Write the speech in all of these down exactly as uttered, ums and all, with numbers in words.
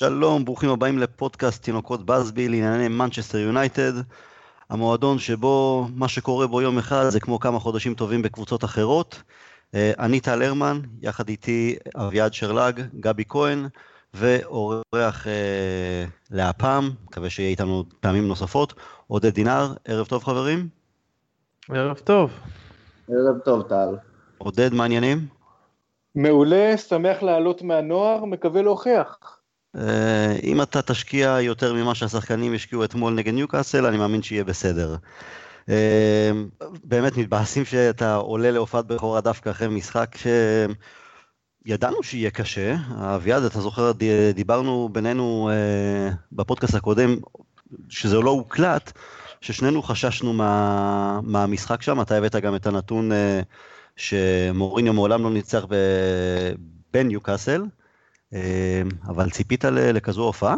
שלום, ברוכים הבאים לפודקאסט תינוקות בסבי לענייני מנצ'סטר יונייטד, המועדון שבו מה שקורה בו יום אחד זה כמו כמה חודשים טובים בקבוצות אחרות. אני טל הרמן, יחד איתי אביעד שרלג, גבי כהן ואורח אה, להפעם, מקווה שיהיה איתנו פעמים נוספות, עודד דינר. ערב טוב חברים. ערב טוב. ערב טוב טל. עודד, מה העניינים? מעולה, שמח לעלות מהנוער, מקווה להוכיח. אם אתה תשקיע יותר ממה שהשחקנים השקיעו אתמול נגד ניוקאסל, אני מאמין שיהיה בסדר. באמת מתבאסים שאתה עולה להופעת בכורה דווקא אחרי משחק שידענו שיהיה קשה. אביעד, אתה זוכר, דיברנו בינינו בפודקאסט הקודם, שזה לא הוקלט, ששנינו חששנו מה, מהמשחק שם. אתה הבאת גם את הנתון שמוריניו מעולם לא ניצח בניוקאסל, אבל ציפית לכזו הופעה?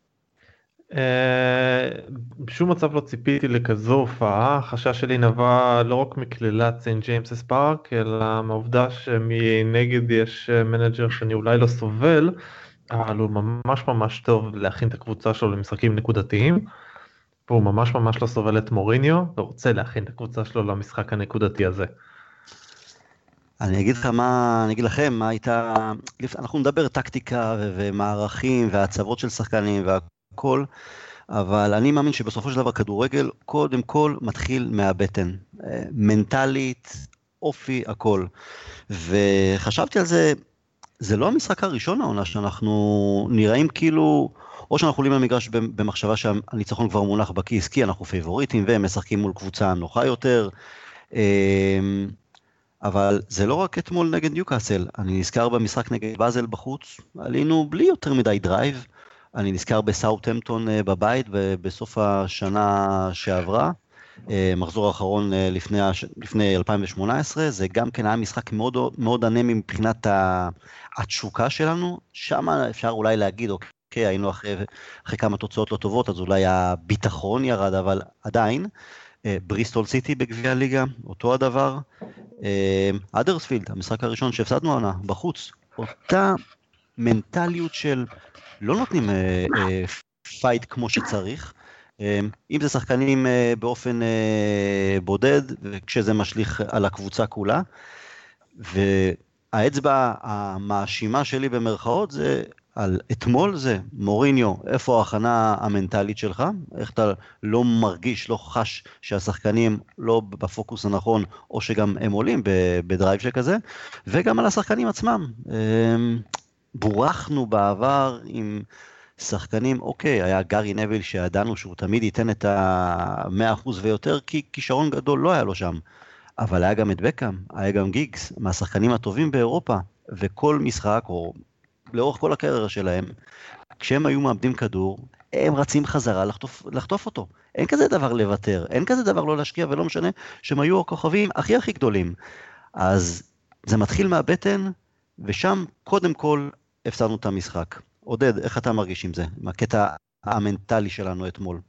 בשום מצב לא ציפיתי לכזו הופעה. החשש שלי נבע לא רק מכללת סנט ג'יימסס פארק, אלא מהעובדה שמנגד יש מנג'ר שאני אולי לא סובל, אבל הוא ממש ממש טוב להכין את הקבוצה שלו למשחקים נקודתיים, והוא ממש ממש לא סובל את מוריניו, ורוצה להכין את הקבוצה שלו למשחק הנקודתי הזה. אני אגיד לך מה, אני אגיד לכם מה הייתה, אנחנו נדבר טקטיקה ו- ומערכים והצוות של שחקנים והכל, אבל אני מאמין שבסופו של דבר כדורגל קודם כל מתחיל מהבטן, מנטלית, אופי, הכל. וחשבתי על זה, זה לא המשחק הראשון העונה שאנחנו נראים כאילו, או שאנחנו עולים למגרש במחשבה שהניצחון כבר מונח בכיס, כי אנחנו פייבוריטים והם משחקים מול קבוצה נוחה יותר, אבל זה לא רק אתמול נגד ניוקאסל. אני נזכר במשחק נגד באזל בחוץ, עלינו בלי יותר מדי דרייב. אני נזכר בסאות'המפטון בבית בסוף השנה שעברה, מחזור האחרון לפני, לפני אלפיים שמונה עשרה, זה גם כן היה משחק מאוד, מאוד ענה מבחינת התשוקה שלנו. שם אפשר אולי להגיד, אוקיי, היינו אחרי, אחרי כמה תוצאות לא טובות, אז אולי הביטחון ירד, אבל עדיין, בריסטול סיטי בגביע הליגה, אותו הדבר. אדרספילד, המשחק הראשון שהפסדנו עונה, בחוץ, אותה מנטליות של לא נותנים פייט כמו שצריך, אם זה שחקנים באופן בודד, וכשזה משליך על הקבוצה כולה, והאצבע המאשימה שלי במרכאות זה, על אתמול זה, מוריניו, איפה ההכנה המנטלית שלך? איך אתה לא מרגיש, לא חש שהשחקנים לא בפוקוס הנכון, או שגם הם עולים בדרייב שכזה, וגם על השחקנים עצמם. בורחנו בעבר עם שחקנים, אוקיי, היה גארי נביל שידענו שהוא תמיד ייתן את ה-מאה אחוז ויותר, כי כישרון גדול לא היה לו שם. אבל היה גם את בקאם, היה גם גיגס, מהשחקנים הטובים באירופה, וכל משחק, או לאורך כל הקריירה שלהם, כשהם היו מאבדים כדור, הם רצים חזרה לחטוף, לחטוף אותו. אין כזה דבר לוותר, אין כזה דבר לא להשקיע, ולא משנה שהם היו הכוכבים הכי הכי גדולים. אז זה מתחיל מהבטן, ושם קודם כל הפסדנו את המשחק. עודד, איך אתה מרגיש עם זה? מהקטע המנטלי שלנו אתמול.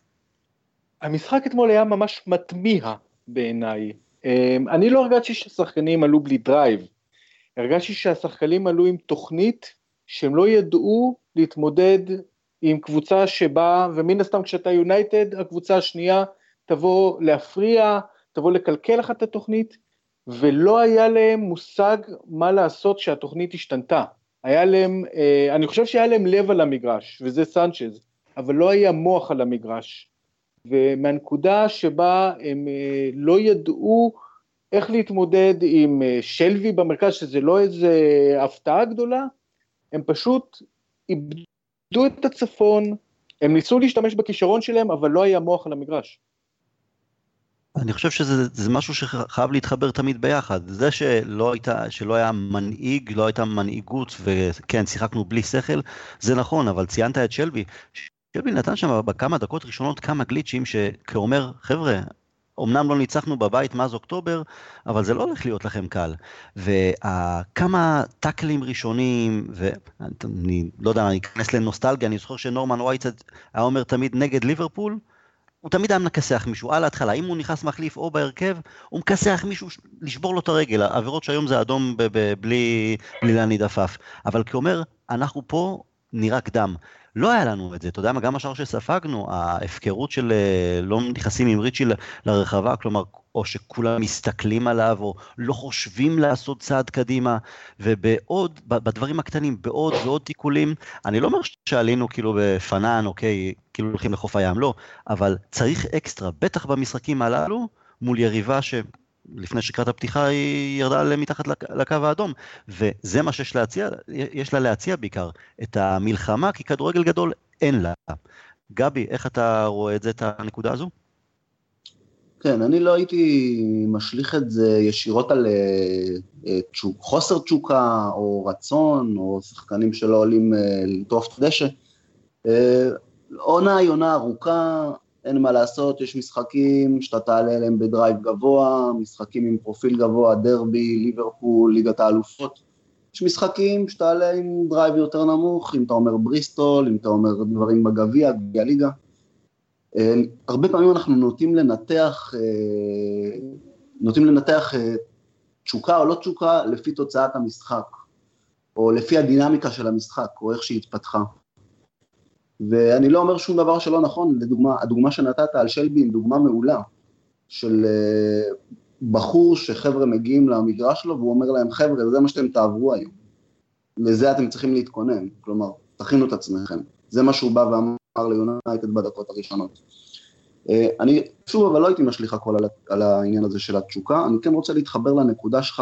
המשחק אתמול היה ממש מטמיע בעיניי. אני לא הרגשתי שהשחקנים עלו בלי דרייב, הרגשתי שהשחקנים עלו עם תוכנית שהם לא ידעו להתמודד עם קבוצה שבאה, ומן הסתם כשאתה יונייטד, הקבוצה השנייה תבוא להפריע, תבוא לקלקל לך את התוכנית, ולא היה להם מושג מה לעשות שהתוכנית השתנתה. היה להם, אני חושב שהיה להם לב על המגרש, וזה סנצ'ז, אבל לא היה מוח על המגרש. ומהנקודה שבה הם לא ידעו איך להתמודד עם שלוי במרכז, שזה לא איזה הפתעה גדולה, הם פשוט איבדו את הצפון, הם ניסו להשתמש בכישרון שלהם, אבל לא היה מוח על המגרש. אני חושב שזה זה משהו שחייב להתחבר תמיד ביחד. זה שלא הייתה, שלא היה מנהיג, לא הייתה מנהיגות, וכן, שיחקנו בלי שכל, זה נכון, אבל ציינת את שלוי. שלוי נתן שם בכמה דקות ראשונות כמה גליצ'ים שכאומר, חבר'ה, אמנם לא ניצחנו בבית מאז אוקטובר, אבל זה לא הולך להיות לכם קל. וכמה טאקלים ראשונים, ואני לא יודע, אני אכנס לנוסטלגיה, אני זוכר שנורמן ווייטסד היה אומר תמיד נגד ליברפול, הוא תמיד היה מכסח מישהו, על ההתחלה, אם הוא נכנס מחליף או בהרכב, הוא מכסח מישהו לשבור לו את הרגל, העבירות שהיום זה אדום בלי להניד עפעף. אבל כאומר, אנחנו פה נראה קדם. לא היה לנו את זה, אתה יודע מה, גם השאר שספגנו, ההפקרות של לא נכנסים עם ריצ'י לרחבה, כלומר, או שכולם מסתכלים עליו, או לא חושבים לעשות צעד קדימה, ובעוד, בדברים הקטנים, בעוד ועוד תיקולים, אני לא אומר שעלינו כאילו בפנן, אוקיי, כאילו הולכים לחוף הים, לא, אבל צריך אקסטרה, בטח במשחקים הללו, מול יריבה ש... לפני שקראת הפתיחה היא ירדה מתחת לקו האדום, וזה מה שיש להציע, יש לה להציע בעיקר, את המלחמה, כי כדורגל גדול אין לה. גבי, איך אתה רואה את זה, את הנקודה הזו? כן, אני לא הייתי משליך את זה ישירות על תשוק, חוסר תשוקה, או רצון, או שחקנים שלא עולים לטרוף את הדשא. עונה היא עונה ארוכה, אין מה לעשות, יש משחקים שאתה תעלה אליהם בדרייב גבוה, משחקים עם פרופיל גבוה, דרבי, ליברפול, ליגת האלופות. יש משחקים שאתה עלה עם דרייב יותר נמוך, אם אתה אומר בריסטול, אם אתה אומר דברים בגביע, גביע ליגה. הרבה פעמים אנחנו נוטים לנתח, נוטים לנתח תשוקה או לא תשוקה לפי תוצאת המשחק, או לפי הדינמיקה של המשחק, או איך שהיא התפתחה. ואני לא אומר שום דבר שלא נכון, לדוגמה, הדוגמה שנתת על שלבי היא דוגמה מעולה, של בחור שחבר'ה מגיעים למגרש שלו, והוא אומר להם, חבר'ה, זה מה שאתם תעברו היום, לזה אתם צריכים להתכונן, כלומר, תכינו את עצמכם, זה מה שהוא בא ואמר ליונייטד בדקות הראשונות. אני שוב, אבל לא הייתי משליך הכל על, על העניין הזה של התשוקה, אני כן רוצה להתחבר לנקודה שלך,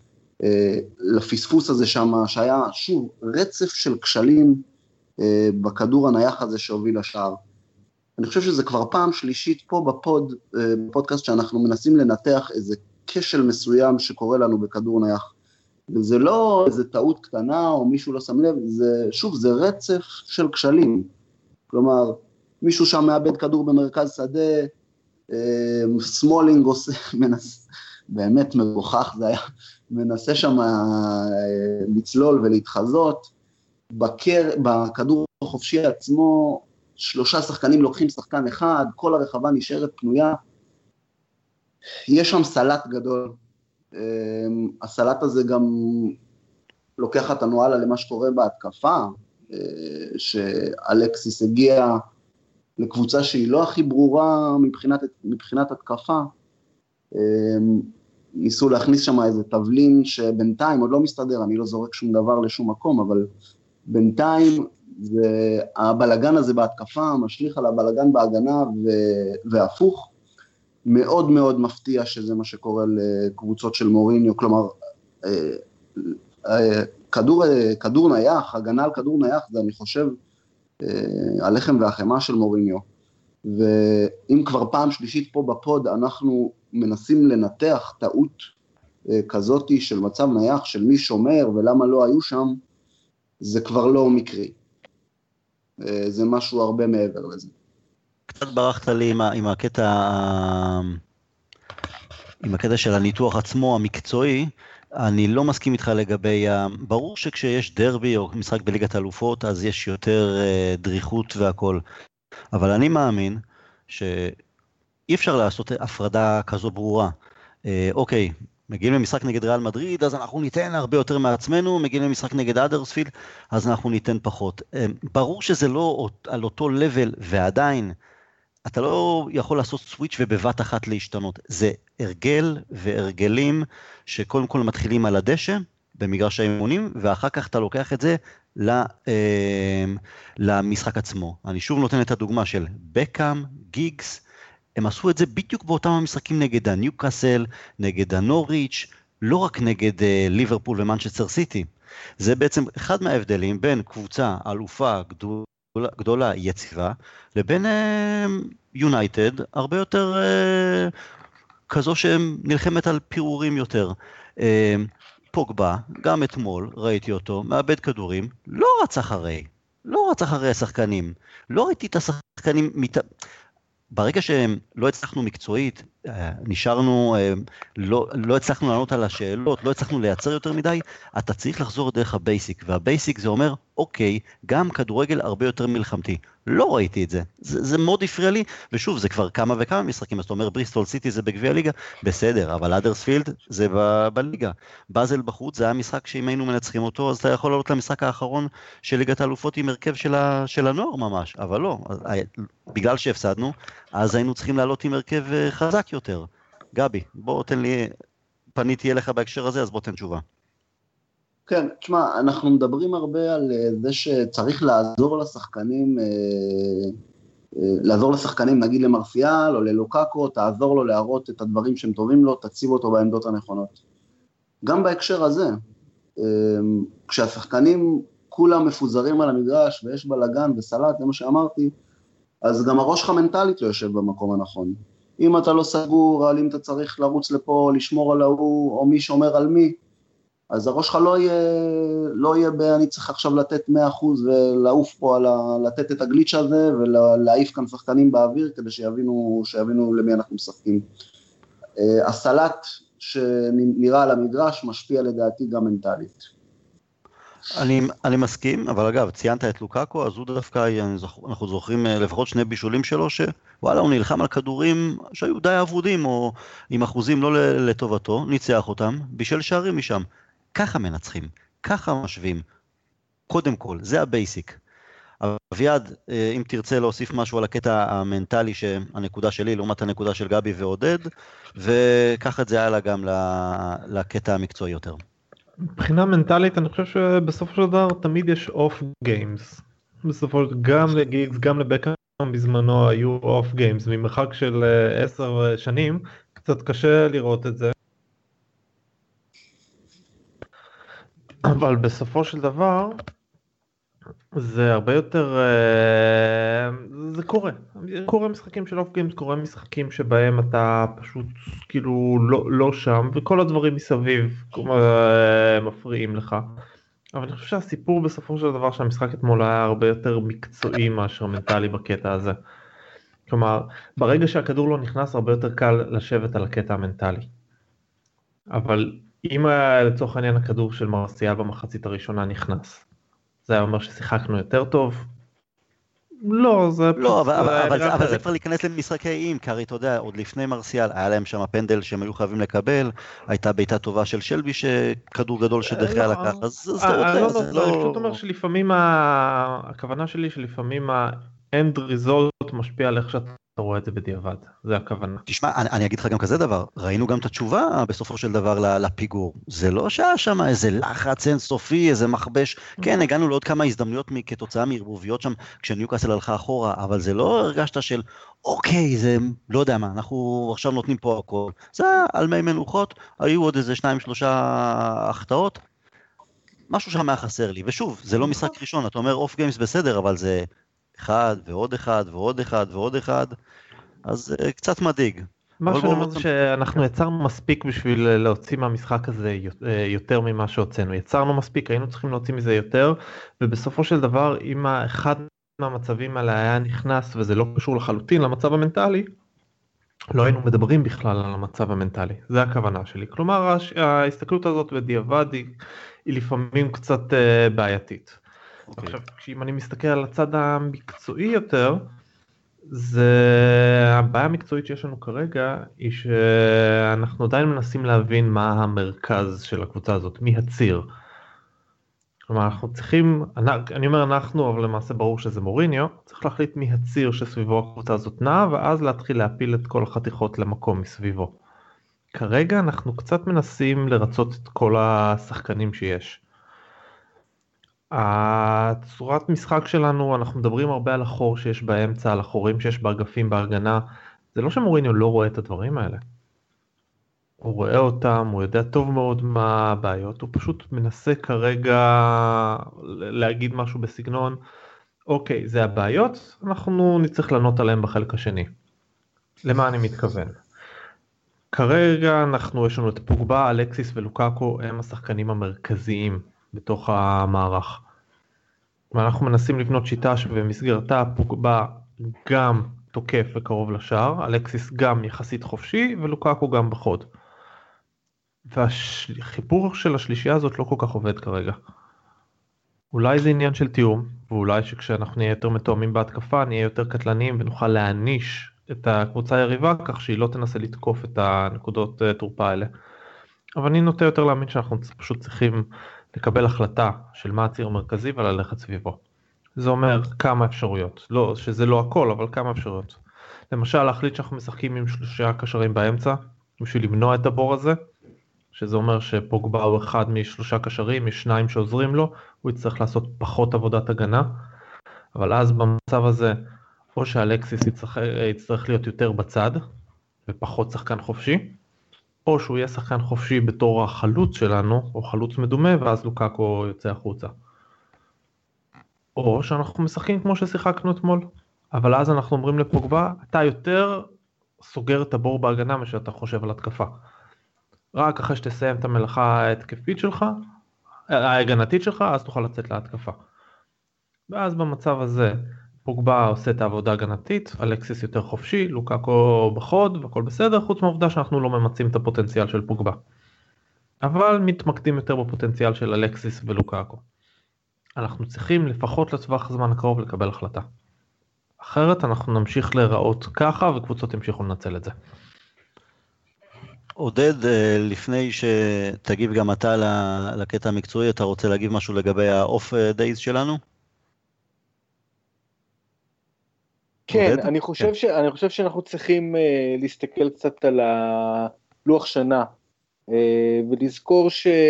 לפספוס הזה שם, שהיה שוב רצף של כשלים, בכדור הנייח הזה שהוביל לשער. אני חושב שזה כבר פעם שלישית פה בפוד, בפודקאסט שאנחנו מנסים לנתח איזה כשל מסוים שקורה לנו בכדור נייח. וזה לא איזה טעות קטנה או מישהו לא שם לב, זה, שוב, זה רצף של כשלים. כלומר, מישהו שם מאבד כדור במרכז שדה, סמולינג עושה, מנס, באמת מגוחך, זה היה, מנסה שם לצלול ולהתחזות, בקר, בכדור החופשי עצמו, שלושה שחקנים לוקחים שחקן אחד, כל הרחבה נשארת פנויה, יש שם סלט גדול, הסלט הזה גם לוקח אותנו הלאה למה שקורה בהתקפה, שאלקסיס הגיע לקבוצה שהיא לא הכי ברורה מבחינת, מבחינת התקפה, ניסו להכניס שם איזה תבלין שבינתיים עוד לא מסתדר, אני לא זורק שום דבר לשום מקום, אבל בינתיים זה, הבלגן הזה בהתקפה משליך על הבלגן בהגנה ו, והפוך, מאוד מאוד מפתיע שזה מה שקורה לקבוצות של מוריניו, כלומר, כדור, כדור נייח, הגנה על כדור נייח, זה אני חושב, הלחם והחמה של מוריניו, ואם כבר פעם שלישית פה בפוד, אנחנו מנסים לנתח טעות כזאת של מצב נייח, של מי שומר ולמה לא היו שם, זה כבר לא מקרי. זה משהו הרבה מעבר לזה. קצת ברחת לי עם, עם הקטע, עם הקטע של הניתוח עצמו המקצועי, אני לא מסכים איתך לגבי, ברור שכשיש דרבי או משחק בליגת האלופות, אז יש יותר דריכות והכל, אבל אני מאמין שאי אפשר לעשות הפרדה כזו ברורה. אוקיי, מגיעים למשחק נגד ריאל מדריד, אז אנחנו ניתן הרבה יותר מעצמנו, מגיעים למשחק נגד אדרספילד, אז אנחנו ניתן פחות. ברור שזה לא על אותו לבל, ועדיין, אתה לא יכול לעשות סוויץ' ובבת אחת להשתנות. זה הרגל והרגלים שקודם כל מתחילים על הדשא, במגרש האימונים, ואחר כך אתה לוקח את זה למשחק עצמו. אני שוב נותן את הדוגמה של בקאם, גיגס, הם עשו את זה בדיוק באותם המשחקים נגד הניוקאסל, נגד הנוריץ', לא רק נגד ליברפול ומנצ'סטר סיטי. זה בעצם אחד מההבדלים בין קבוצה אלופה גדולה, גדולה יציבה, לבין יונייטד, הרבה יותר כזו שנלחמת על פירורים יותר. פוגבה, גם אתמול ראיתי אותו, מאבד כדורים, לא רץ אחרי, לא רץ אחרי השחקנים, לא ראיתי את השחקנים, מת... ברגע שהם לא הצלחנו מקצועית נשארנו, לא, לא הצלחנו לענות על השאלות, לא הצלחנו לייצר יותר מדי, אתה צריך לחזור דרך הבייסיק, והבייסיק זה אומר, אוקיי, גם כדורגל הרבה יותר מלחמתי. לא ראיתי את זה, זה, זה מאוד הפריע לי, ושוב, זה כבר כמה וכמה משחקים, אז אתה אומר, בריסטול סיטי זה בגביע הליגה, בסדר, אבל אדרספילד זה ב- בליגה. באזל בחוץ, זה היה משחק שאם היינו מנצחים אותו, אז אתה יכול לעלות למשחק האחרון של ליגת האלופות עם הרכב של, ה- של הנוער ממש, אבל לא, בגלל שהפסדנו, אז היינו צריכים לעלות עם הרכב חזק יותר. גבי, בוא תן לי, פניתי אליך בהקשר הזה, אז בוא תן תשובה. כן, תשמע, אנחנו מדברים הרבה על זה שצריך לעזור לשחקנים, לעזור לשחקנים, נגיד למרסיאל או ללוקאקו, תעזור לו להראות את הדברים שהם טובים לו, תציב אותו בעמדות הנכונות. גם בהקשר הזה, כשהשחקנים כולם מפוזרים על המגרש ויש בלגן וסלט, זה מה שאמרתי, אז גם הראש שלך מנטלית לא יושב במקום הנכון. אם אתה לא סגור, אם אתה צריך לרוץ לפה, לשמור על ההוא, או מי שומר על מי, אז הראש שלך לא יהיה, לא יהיה ב, אני צריך עכשיו לתת מאה אחוז ולעוף פה, על ה, לתת את הגליץ' הזה, ולהעיף כאן שחקנים באוויר, כדי שיבינו, שיבינו למי אנחנו משחקים. הסלט שנראה על המגרש, משפיע לדעתי גם מנטלית. אני, אני מסכים, אבל אגב, ציינת את לוקאקו, אז הוא דווקא, אנחנו זוכרים לפחות שני בישולים שלו, שוואלה, הוא נלחם על כדורים שהיו די עבודים, או עם אחוזים לא לטובתו, ניצח אותם, בישל שערים משם. ככה מנצחים, ככה משווים. קודם כל, זה הבייסיק. אביעד, אם תרצה להוסיף משהו על הקטע המנטלי, שהנקודה שלי, לעומת הנקודה של גבי ועודד, וככה את זה היה לה גם לקטע המקצועי יותר. מבחינה מנטלית אני חושב שבסופו של דבר תמיד יש אוף גיימס. בסופו של דבר גם לגיגס, גם לבקאם בזמנו היו אוף גיימס. ממרחק של עשר שנים קצת קשה לראות את זה. אבל בסופו של דבר זה הרבה יותר, זה קורה, קורה משחקים של אוף גיימס, קורה משחקים שבהם אתה פשוט כאילו לא, לא שם, וכל הדברים מסביב מפריעים לך. אבל אני חושב שהסיפור בסופו של דבר שהמשחק אתמול היה הרבה יותר מקצועי מאשר מנטלי בקטע הזה. כלומר, ברגע שהכדור לא נכנס, הרבה יותר קל לשבת על הקטע המנטלי. אבל אם לצורך העניין הכדור של מרסיאל במחצית הראשונה נכנס, זה היה אומר ששיחקנו יותר טוב? לא, זה... לא, אבל, אבל, אבל, זה, אבל זה כבר להיכנס למשחקי איים, כי הרי אתה יודע, עוד לפני מרסיאל, היה להם שם הפנדל שהם היו חייבים לקבל, הייתה בעיטה טובה של שלבי שכדור גדול שדחיה לקח, אז זה לא, זה לא... אני פשוט אומר שלפעמים, הכוונה שלי שלפעמים האנד ריזולט משפיע על איך שאתה רואה את זה בדיעבד, זה הכוונה. תשמע, אני, אני אגיד לך גם כזה דבר, ראינו גם את התשובה בסופו של דבר לפיגור, זה לא שהיה שם איזה לחץ אינסופי, איזה מחבש, כן, הגענו לעוד כמה הזדמנויות כתוצאה מערבוביות שם, כשניוקאסל הלכה אחורה, אבל זה לא הרגשת של, אוקיי, זה לא יודע מה, אנחנו עכשיו נותנים פה הכל, זה על מי מנוחות, היו עוד איזה שניים, שלושה החטאות, משהו שם היה חסר לי, ושוב, זה לא משחק ראשון, אתה אומר אוף גיימס בסדר, אבל זה אחד ועוד אחד ועוד אחד ועוד אחד, אז uh, קצת מדאיג. מה שאני אומר זה שאנחנו יצרנו מספיק בשביל להוציא מהמשחק הזה יותר ממה שהוצאנו. יצרנו מספיק, היינו צריכים להוציא מזה יותר, ובסופו של דבר, אם אחד מהמצבים האלה היה נכנס, וזה לא קשור לחלוטין למצב המנטלי, לא היינו מדברים בכלל על המצב המנטלי. זה הכוונה שלי. כלומר, ההסתכלות הזאת בדיעבד היא, היא לפעמים קצת uh, בעייתית. Okay. עכשיו, אם אני מסתכל על הצד המקצועי יותר, זה הבעיה המקצועית שיש לנו כרגע, היא שאנחנו עדיין מנסים להבין מה המרכז של הקבוצה הזאת, מי הציר. כלומר, אנחנו צריכים, אני אומר אנחנו, אבל למעשה ברור שזה מוריניו, צריך להחליט מי הציר שסביבו הקבוצה הזאת נעה, ואז להתחיל להפיל את כל החתיכות למקום מסביבו. כרגע אנחנו קצת מנסים לרצות את כל השחקנים שיש. הצורת משחק שלנו, אנחנו מדברים הרבה על החור שיש באמצע, על החורים שיש באגפים בהגנה, זה לא שמוריניו לא רואה את הדברים האלה. הוא רואה אותם, הוא יודע טוב מאוד מה הבעיות, הוא פשוט מנסה כרגע להגיד משהו בסגנון, אוקיי, זה הבעיות, אנחנו נצטרך לענות עליהם בחלק השני. למה אני מתכוון? כרגע אנחנו, יש לנו את פוגבה, אלקסיס ולוקאקו, הם השחקנים המרכזיים בתוך המערך. ואנחנו מנסים לבנות שיטה שבמסגרתה פוגבה גם תוקף וקרוב לשער, אלקסיס גם יחסית חופשי ולוקאקו גם בחוד. והחיבור של השלישייה הזאת לא כל כך עובד כרגע. אולי זה עניין של תיאום, ואולי שכשאנחנו נהיה יותר מתואמים בהתקפה, נהיה יותר קטלניים ונוכל להעניש את הקבוצה היריבה, כך שהיא לא תנסה לתקוף את הנקודות תורפה האלה. אבל אני נוטה יותר להאמין שאנחנו פשוט צריכים לקבל החלטה של מה הציר המרכזי וללכת סביבו. זה אומר כמה אפשרויות, לא, שזה לא הכל, אבל כמה אפשרויות. למשל, להחליט שאנחנו משחקים עם שלושה קשרים באמצע, בשביל למנוע את הבור הזה, שזה אומר שפוגבה הוא אחד משלושה קשרים, יש שניים שעוזרים לו, הוא יצטרך לעשות פחות עבודת הגנה, אבל אז במצב הזה, או שאלקסיס יצטרך, יצטרך להיות יותר בצד, ופחות שחקן חופשי, או שהוא יהיה שחקן חופשי בתור החלוץ שלנו, או חלוץ מדומה, ואז לוקאקו יוצא החוצה. או שאנחנו משחקים כמו ששיחקנו אתמול, אבל אז אנחנו אומרים לפוגבה, אתה יותר סוגר את הבור בהגנה משאתה חושב על התקפה. רק אחרי שתסיים את המלאכה ההתקפית שלך, ההגנתית שלך, אז תוכל לצאת להתקפה. ואז במצב הזה, פוגבה עושה את העבודה הגנתית, אלקסיס יותר חופשי, לוקאקו בחוד, והכל בסדר, חוץ מהעובדה שאנחנו לא ממצים את הפוטנציאל של פוגבה. אבל מתמקדים יותר בפוטנציאל של אלקסיס ולוקאקו. אנחנו צריכים לפחות לטווח הזמן הקרוב לקבל החלטה. אחרת אנחנו נמשיך להיראות ככה, וקבוצות ימשיכו לנצל את זה. עודד, לפני שתגיב גם אתה לקטע המקצועי, אתה רוצה להגיב משהו לגבי האוף דייז שלנו? כן, אני חושב, ש, אני חושב שאנחנו צריכים uh, להסתכל קצת על הלוח שנה, uh, ולזכור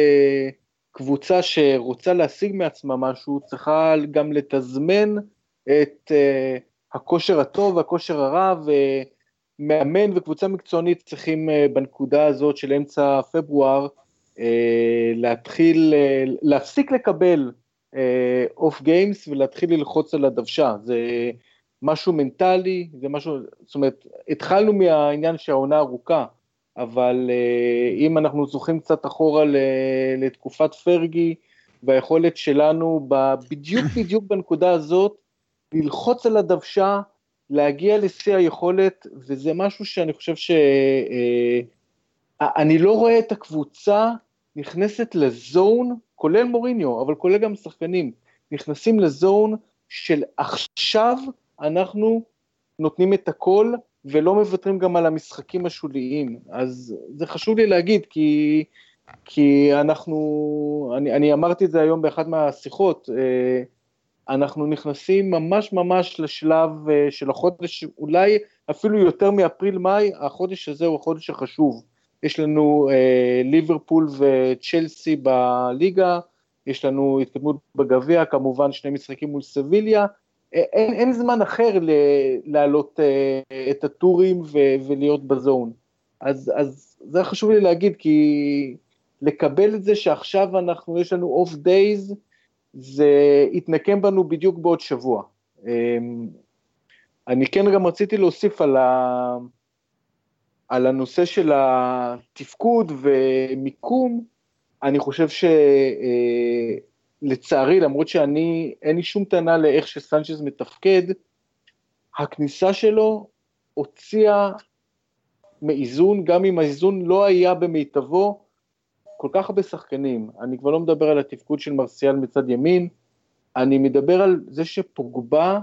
שקבוצה שרוצה להשיג מעצמה משהו, צריכה גם לתזמן את uh, הכושר הטוב והכושר הרע, ומאמן וקבוצה מקצוענית צריכים uh, בנקודה הזאת של אמצע פברואר, uh, להתחיל, uh, להפסיק לקבל אוף uh, גיימס, ולהתחיל ללחוץ על הדוושה, זה משהו מנטלי, זה משהו, זאת אומרת, התחלנו מהעניין שהעונה ארוכה, אבל uh, אם אנחנו זוכים קצת אחורה לתקופת פרגי, והיכולת שלנו בדיוק בדיוק בנקודה הזאת, ללחוץ על הדוושה, להגיע לשיא היכולת, וזה משהו שאני חושב ש... Uh, אני לא רואה את הקבוצה נכנסת לזון, כולל מוריניו, אבל כולל גם שחקנים, נכנסים לזון של עכשיו, אנחנו נותנים את הכל, ולא מוותרים גם על המשחקים השוליים, אז זה חשוב לי להגיד, כי, כי אנחנו, אני, אני אמרתי את זה היום באחד מהשיחות, אנחנו נכנסים ממש ממש לשלב של החודש, אולי אפילו יותר מאפריל-מאי, החודש הזה הוא החודש החשוב, יש לנו ליברפול וצ'לסי בליגה, יש לנו התקדמות בגביע, כמובן שני משחקים מול סביליה, אין, אין זמן אחר ל, לעלות uh, את הטורים ו, ולהיות בזון. אז, אז זה חשוב לי להגיד, כי לקבל את זה שעכשיו אנחנו, יש לנו אוף דייז, זה יתנקם בנו בדיוק בעוד שבוע. Um, אני כן גם רציתי להוסיף על, ה, על הנושא של התפקוד ומיקום, אני חושב ש... Uh, לצערי, למרות שאני, אין לי שום טענה לאיך שסנצ'ז מתפקד, הכניסה שלו הוציאה מאיזון, גם אם האיזון לא היה במיטבו, כל כך הרבה שחקנים, אני כבר לא מדבר על התפקוד של מרסיאל מצד ימין, אני מדבר על זה שפוגבה,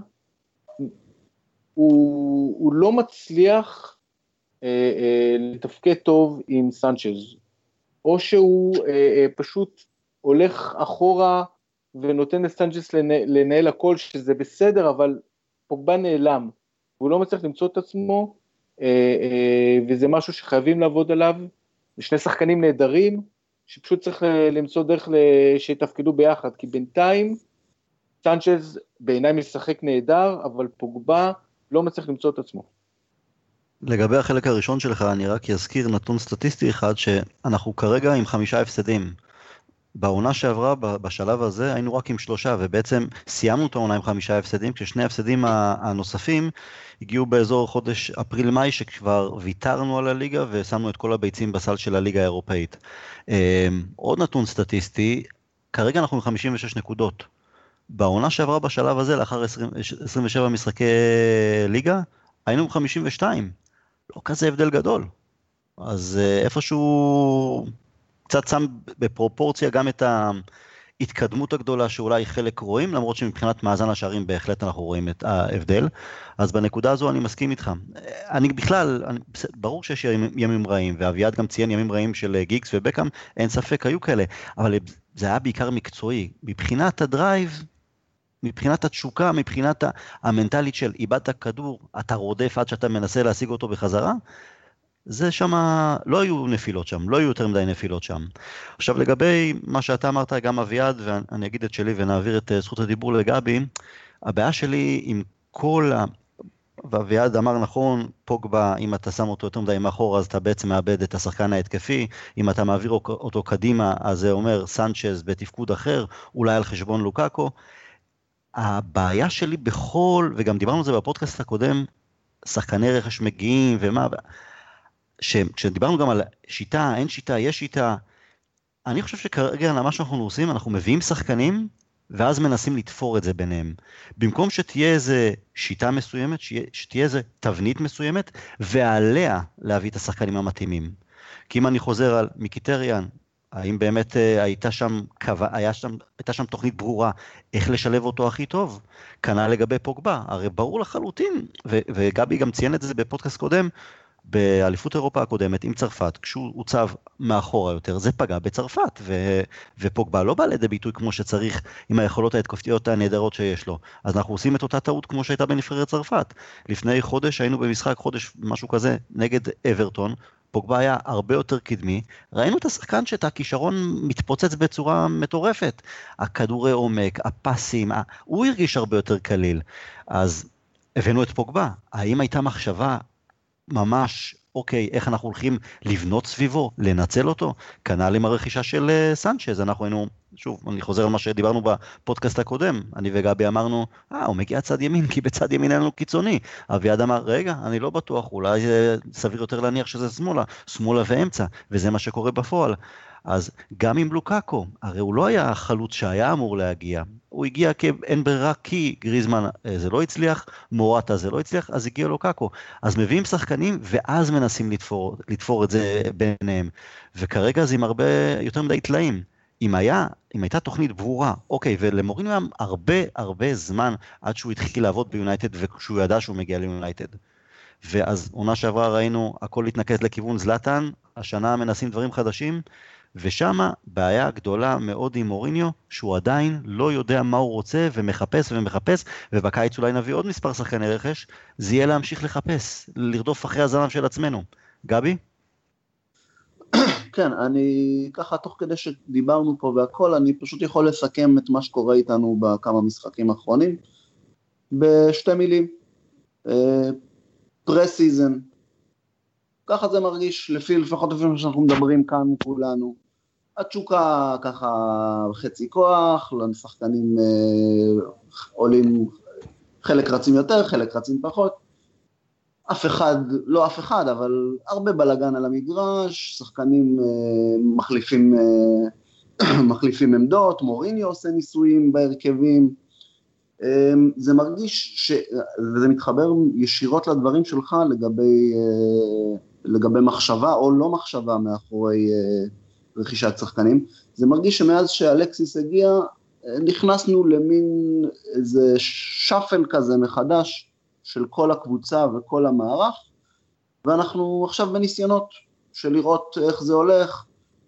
הוא, הוא לא מצליח אה, אה, לתפקד טוב עם סנצ'ז, או שהוא אה, אה, פשוט, הולך אחורה ונותן לסנצ'ס לנהל הכל, שזה בסדר, אבל פוגבה נעלם, והוא לא מצליח למצוא את עצמו, וזה משהו שחייבים לעבוד עליו, ושני שחקנים נהדרים, שפשוט צריך למצוא דרך שיתפקדו ביחד, כי בינתיים סנצ'ס בעיניי משחק נהדר, אבל פוגבה לא מצליח למצוא את עצמו. לגבי החלק הראשון שלך, אני רק אזכיר נתון סטטיסטי אחד, שאנחנו כרגע עם חמישה הפסדים, בעונה שעברה, בשלב הזה, היינו רק עם שלושה, ובעצם סיימנו את העונה עם חמישה הפסדים, כששני הפסדים הנוספים הגיעו באזור חודש אפריל-מאי, שכבר ויתרנו על הליגה, ושמנו את כל הביצים בסל של הליגה האירופאית. עוד נתון סטטיסטי, כרגע אנחנו עם חמישים ושש נקודות. בעונה שעברה בשלב הזה, לאחר עשרים ושבע משחקי ליגה, היינו חמישים ושתיים, לא כזה הבדל גדול. אז איפשהו קצת שם בפרופורציה גם את ההתקדמות הגדולה שאולי חלק רואים, למרות שמבחינת מאזן השערים בהחלט אנחנו רואים את ההבדל. אז בנקודה הזו אני מסכים איתך. אני בכלל, אני, ברור שיש ימים, ימים רעים, ואביעד גם ציין ימים רעים של גיגס ובקאם, אין ספק, היו כאלה, אבל זה היה בעיקר מקצועי. מבחינת הדרייב, מבחינת התשוקה, מבחינת המנטלית של איבדת כדור, אתה רודף עד שאתה מנסה להשיג אותו בחזרה, זה שמה, לא היו נפילות שם, לא היו יותר מדי נפילות שם. עכשיו לגבי מה שאתה אמרת, גם אביעד, ואני אגיד את שלי ונעביר את זכות הדיבור לגבי, הבעיה שלי עם כל, ה... ואביעד אמר נכון, פוגבה, אם אתה שם אותו יותר מדי מאחור, אז אתה בעצם מאבד את השחקן ההתקפי, אם אתה מעביר אותו קדימה, אז זה אומר סנצ'ז בתפקוד אחר, אולי על חשבון לוקאקו. הבעיה שלי בכל, וגם דיברנו על זה בפודקאסט הקודם, שחקני רכש מגיעים ומה, כשדיברנו גם על שיטה, אין שיטה, יש שיטה, אני חושב שכרגע מה שאנחנו עושים, אנחנו מביאים שחקנים, ואז מנסים לתפור את זה ביניהם. במקום שתהיה איזה שיטה מסוימת, שתהיה איזה תבנית מסוימת, ועליה להביא את השחקנים המתאימים. כי אם אני חוזר על מיקיטריאן, האם באמת הייתה שם, היה שם, הייתה שם תוכנית ברורה איך לשלב אותו הכי טוב? כנ"ל לגבי פוגבה, הרי ברור לחלוטין, ו- וגבי גם ציין את זה בפודקאסט קודם, באליפות אירופה הקודמת עם צרפת, כשהוא הוצב מאחורה יותר, זה פגע בצרפת, ו- ופוגבה לא בא לידי ביטוי כמו שצריך עם היכולות ההתקפיות הנהדרות שיש לו. אז אנחנו עושים את אותה טעות כמו שהייתה בנבחרת צרפת. לפני חודש היינו במשחק, חודש משהו כזה, נגד אברטון, פוגבה היה הרבה יותר קדמי, ראינו את השחקן שאת הכישרון מתפוצץ בצורה מטורפת, הכדורי עומק, הפסים, הוא הרגיש הרבה יותר קליל, אז הבאנו את פוגבה, האם הייתה מחשבה ממש, אוקיי, איך אנחנו הולכים לבנות סביבו, לנצל אותו, כנ"ל עם הרכישה של סנצ'ז, אנחנו היינו, שוב, אני חוזר על מה שדיברנו בפודקאסט הקודם, אני וגבי אמרנו, אה, הוא מגיע צד ימין, כי בצד ימין אין לנו קיצוני, אביעד אמר, רגע, אני לא בטוח, אולי סביר יותר להניח שזה שמאלה, שמאלה ואמצע, וזה מה שקורה בפועל. אז גם עם לוקאקו, הרי הוא לא היה החלוץ שהיה אמור להגיע, הוא הגיע כאין ברירה כי גריזמן זה לא הצליח, מורטה זה לא הצליח, אז הגיע לוקאקו. אז מביאים שחקנים ואז מנסים לתפור, לתפור את זה ביניהם. וכרגע זה עם הרבה יותר מדי תלאים. אם היה, אם הייתה תוכנית ברורה, אוקיי, ולמוריניו היה הרבה הרבה זמן עד שהוא התחיל לעבוד ביונייטד וכשהוא ידע שהוא מגיע ליונייטד. ואז עונה שעברה ראינו הכל התנקז לכיוון זלטן, השנה מנסים דברים חדשים, ושמה בעיה גדולה מאוד עם מוריניו, שהוא עדיין לא יודע מה הוא רוצה, ומחפש ומחפש, ובקיץ אולי נביא עוד מספר שחקני רכש, זה יהיה להמשיך לחפש, לרדוף אחרי הזנב של עצמנו. גבי? כן, אני ככה תוך כדי שדיברנו פה והכל, אני פשוט יכול לסכם את מה שקורה איתנו בכמה משחקים האחרונים, בשתי מילים, פרה-סיזן, ככה זה מרגיש, לפי, לפחות לפי מה שאנחנו מדברים כאן כולנו, התשוקה ככה חצי כוח, לשחקנים אה, עולים, חלק רצים יותר, חלק רצים פחות, אף אחד, לא אף אחד, אבל הרבה בלגן על המגרש, שחקנים אה, מחליפים, אה, מחליפים עמדות, מוריניו עושה ניסויים בהרכבים, אה, זה מרגיש, ש, וזה מתחבר ישירות לדברים שלך לגבי, אה, לגבי מחשבה או לא מחשבה מאחורי אה, רכישת שחקנים, זה מרגיש שמאז שאלקסיס הגיע, נכנסנו למין איזה שפל כזה מחדש, של כל הקבוצה וכל המערך, ואנחנו עכשיו בניסיונות של לראות איך זה הולך,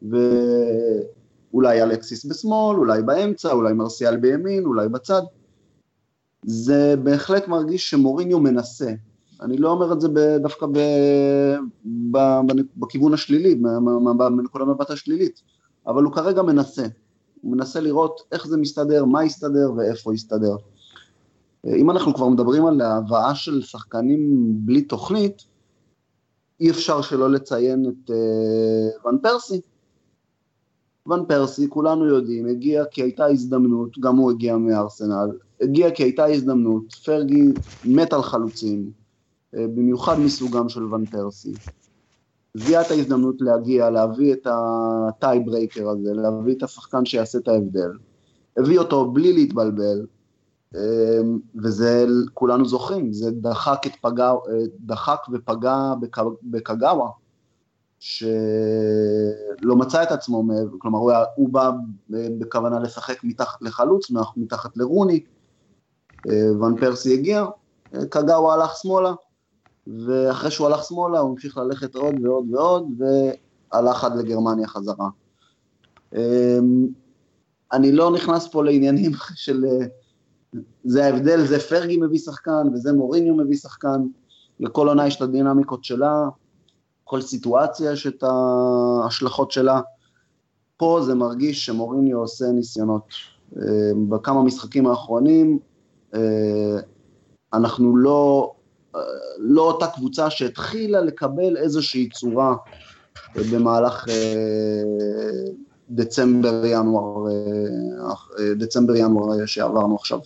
ואולי אלקסיס בשמאל, אולי באמצע, אולי מרסיאל בימין, אולי בצד. זה בהחלט מרגיש שמוריניו מנסה. אני לא אומר את זה דווקא ב, ב, בכיוון השלילי, בנקודת מבט השלילית, אבל הוא כרגע מנסה. הוא מנסה לראות איך זה מסתדר, מה יסתדר ואיפה יסתדר. אם אנחנו כבר מדברים על ההבאה של שחקנים בלי תוכנית, אי אפשר שלא לציין את uh, ון פרסי. ון פרסי, כולנו יודעים, הגיע כי הייתה הזדמנות, גם הוא הגיע מארסנל, הגיע כי הייתה הזדמנות, פרגי מת על חלוצים, uh, במיוחד מסוגם של ון פרסי. הביאה את ההזדמנות להגיע, להביא את הטי ברייקר הזה, להביא את השחקן שיעשה את ההבדל. הביא אותו בלי להתבלבל, וזה כולנו זוכרים, זה דחק, את פגע, דחק ופגע בקגאווה, שלא מצא את עצמו, כלומר הוא, הוא בא בכוונה לשחק מתחת לחלוץ, מתחת לרוני, ון פרסי הגיע, קגאווה הלך שמאלה, ואחרי שהוא הלך שמאלה הוא המשיך ללכת עוד ועוד ועוד, והלך עד לגרמניה חזרה. אני לא נכנס פה לעניינים של, זה ההבדל, זה פרגי מביא שחקן, וזה מוריניו מביא שחקן, לכל עונה יש את הדינמיקות שלה, כל סיטואציה יש את ההשלכות שלה, פה זה מרגיש שמוריניו עושה ניסיונות, בכמה משחקים האחרונים, אנחנו לא, לא אותה קבוצה שהתחילה לקבל איזושהי צורה, במהלך דצמבר ינואר, דצמבר ינואר שעברנו עכשיו.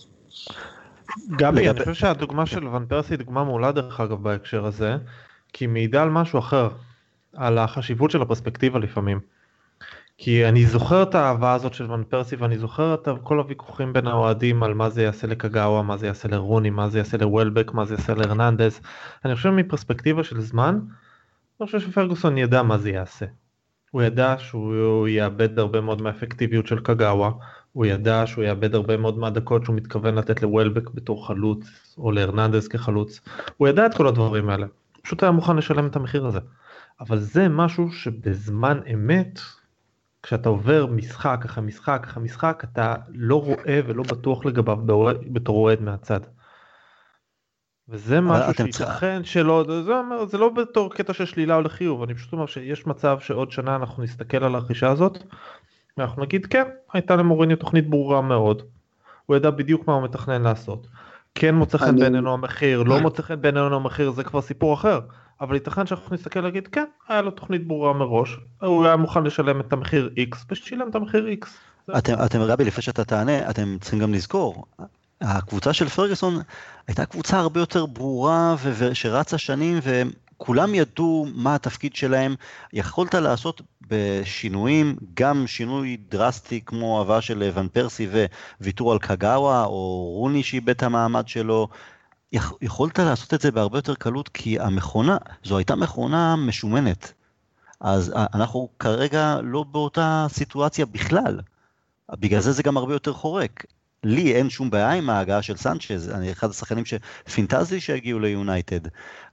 גבי, אני חושב שהדוגמה של ון פרסי היא דוגמה מעולה דרך אגב בהקשר הזה, כי היא מעידה על משהו אחר, על החשיבות של הפרספקטיבה לפעמים. כי אני זוכר את האהבה הזאת של ון פרסי, ואני זוכר את כל הוויכוחים בין האוהדים על מה זה יעשה לקגאווה, מה זה יעשה לרוני, מה זה יעשה לוולבק, מה זה יעשה להרננדז. אני חושב מפרספקטיבה של זמן, אני חושב שפרגוסון ידע מה זה יעשה. הוא ידע שהוא יאבד הרבה מאוד מהאפקטיביות של קגאווה, הוא ידע שהוא יאבד הרבה מאוד מהדקות שהוא מתכוון לתת לוולבק בתור חלוץ, או להרננדז כחלוץ. הוא ידע את כל הדברים האלה. פשוט היה מוכן לשלם את המחיר הזה. אבל זה משהו שבזמן אמת, כשאתה עובר משחק אחרי משחק אחרי משחק, אתה לא רואה ולא בטוח לגביו בתור אוהד מהצד. וזה משהו שיתכן שלא, זה, זה לא בתור קטע של שלילה או לחיוב, אני פשוט אומר שיש מצב שעוד שנה אנחנו נסתכל על הרכישה הזאת, ואנחנו נגיד כן, הייתה למוריניו תוכנית ברורה מאוד, הוא ידע בדיוק מה הוא מתכנן לעשות, כן מוצא חן אני... בינינו המחיר, לא מוצא חן בינינו המחיר, זה כבר סיפור אחר, אבל ייתכן שאנחנו נסתכל להגיד כן, היה לו תוכנית ברורה מראש, הוא היה מוכן לשלם את המחיר X, ושילם את המחיר X. אתם, אתם רבי, לפני שאתה תענה, אתם צריכים גם לזכור, הקבוצה של פרגוסון הייתה קבוצה הרבה יותר ברורה ושרצה שנים וכולם ידעו מה התפקיד שלהם, יכולת לעשות בשינויים, גם שינוי דרסטי כמו הבאה של ון פרסי וויתור על קגאווה או רוני שאיבד את המעמד שלו, יכולת לעשות את זה בהרבה יותר קלות כי המכונה, זו הייתה מכונה משומנת, אז אנחנו כרגע לא באותה סיטואציה בכלל, בגלל זה זה גם הרבה יותר חורק. לי אין שום בעיה עם ההגעה של סנצ'ז, אני אחד השחקנים שפינטזי שהגיעו ליונייטד,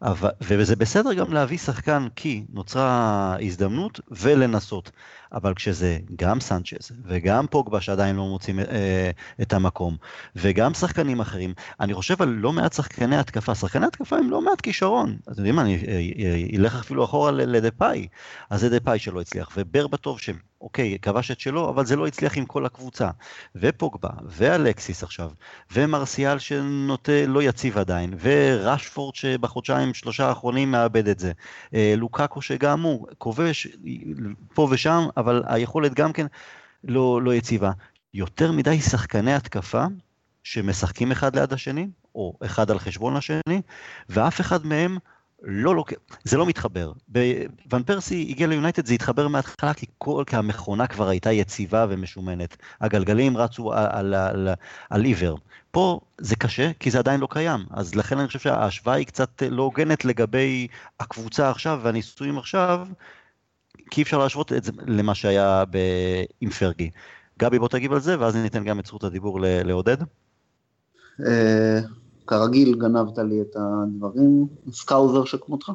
וזה בסדר גם להביא שחקן כי נוצרה הזדמנות ולנסות, אבל כשזה גם סנצ'ז וגם פוגבה שעדיין לא מוצאים אה, את המקום, וגם שחקנים אחרים, אני חושב על לא מעט שחקני התקפה, שחקני התקפה הם לא מעט כישרון, אתם יודעים מה, אני אלך אפילו אחורה לדפאי, אז זה דפאי שלא הצליח, וברבטוב שם, אוקיי, כבש את שלו, אבל זה לא הצליח עם כל הקבוצה, ופוגבה, ואלקסיס עכשיו, ומרסיאל שנוטה לא יציב עדיין, ורשפורד שבחודשיים שלושה האחרונים מאבד את זה, לוקאקו שגם הוא כובש פה ושם, אבל היכולת גם כן לא, לא יציבה. יותר מדי שחקני התקפה שמשחקים אחד ליד השני, או אחד על חשבון השני, ואף אחד מהם לא לוקח, זה לא מתחבר. ון פרסי הגיע ליונייטד, זה התחבר מההתחלה, כי כל המכונה כבר הייתה יציבה ומשומנת. הגלגלים רצו על, על, על, על עיוור. פה זה קשה, כי זה עדיין לא קיים. אז לכן אני חושב שההשוואה היא קצת לא הוגנת לגבי הקבוצה עכשיו, והניסויים עכשיו, כי אפשר להשוות את זה למה שהיה עם פרגי. גבי, בוא תגיב על זה, ואז ניתן גם את זכות הדיבור לעודד. כרגיל גנבת לי את הדברים, סקאוזר שכמותך.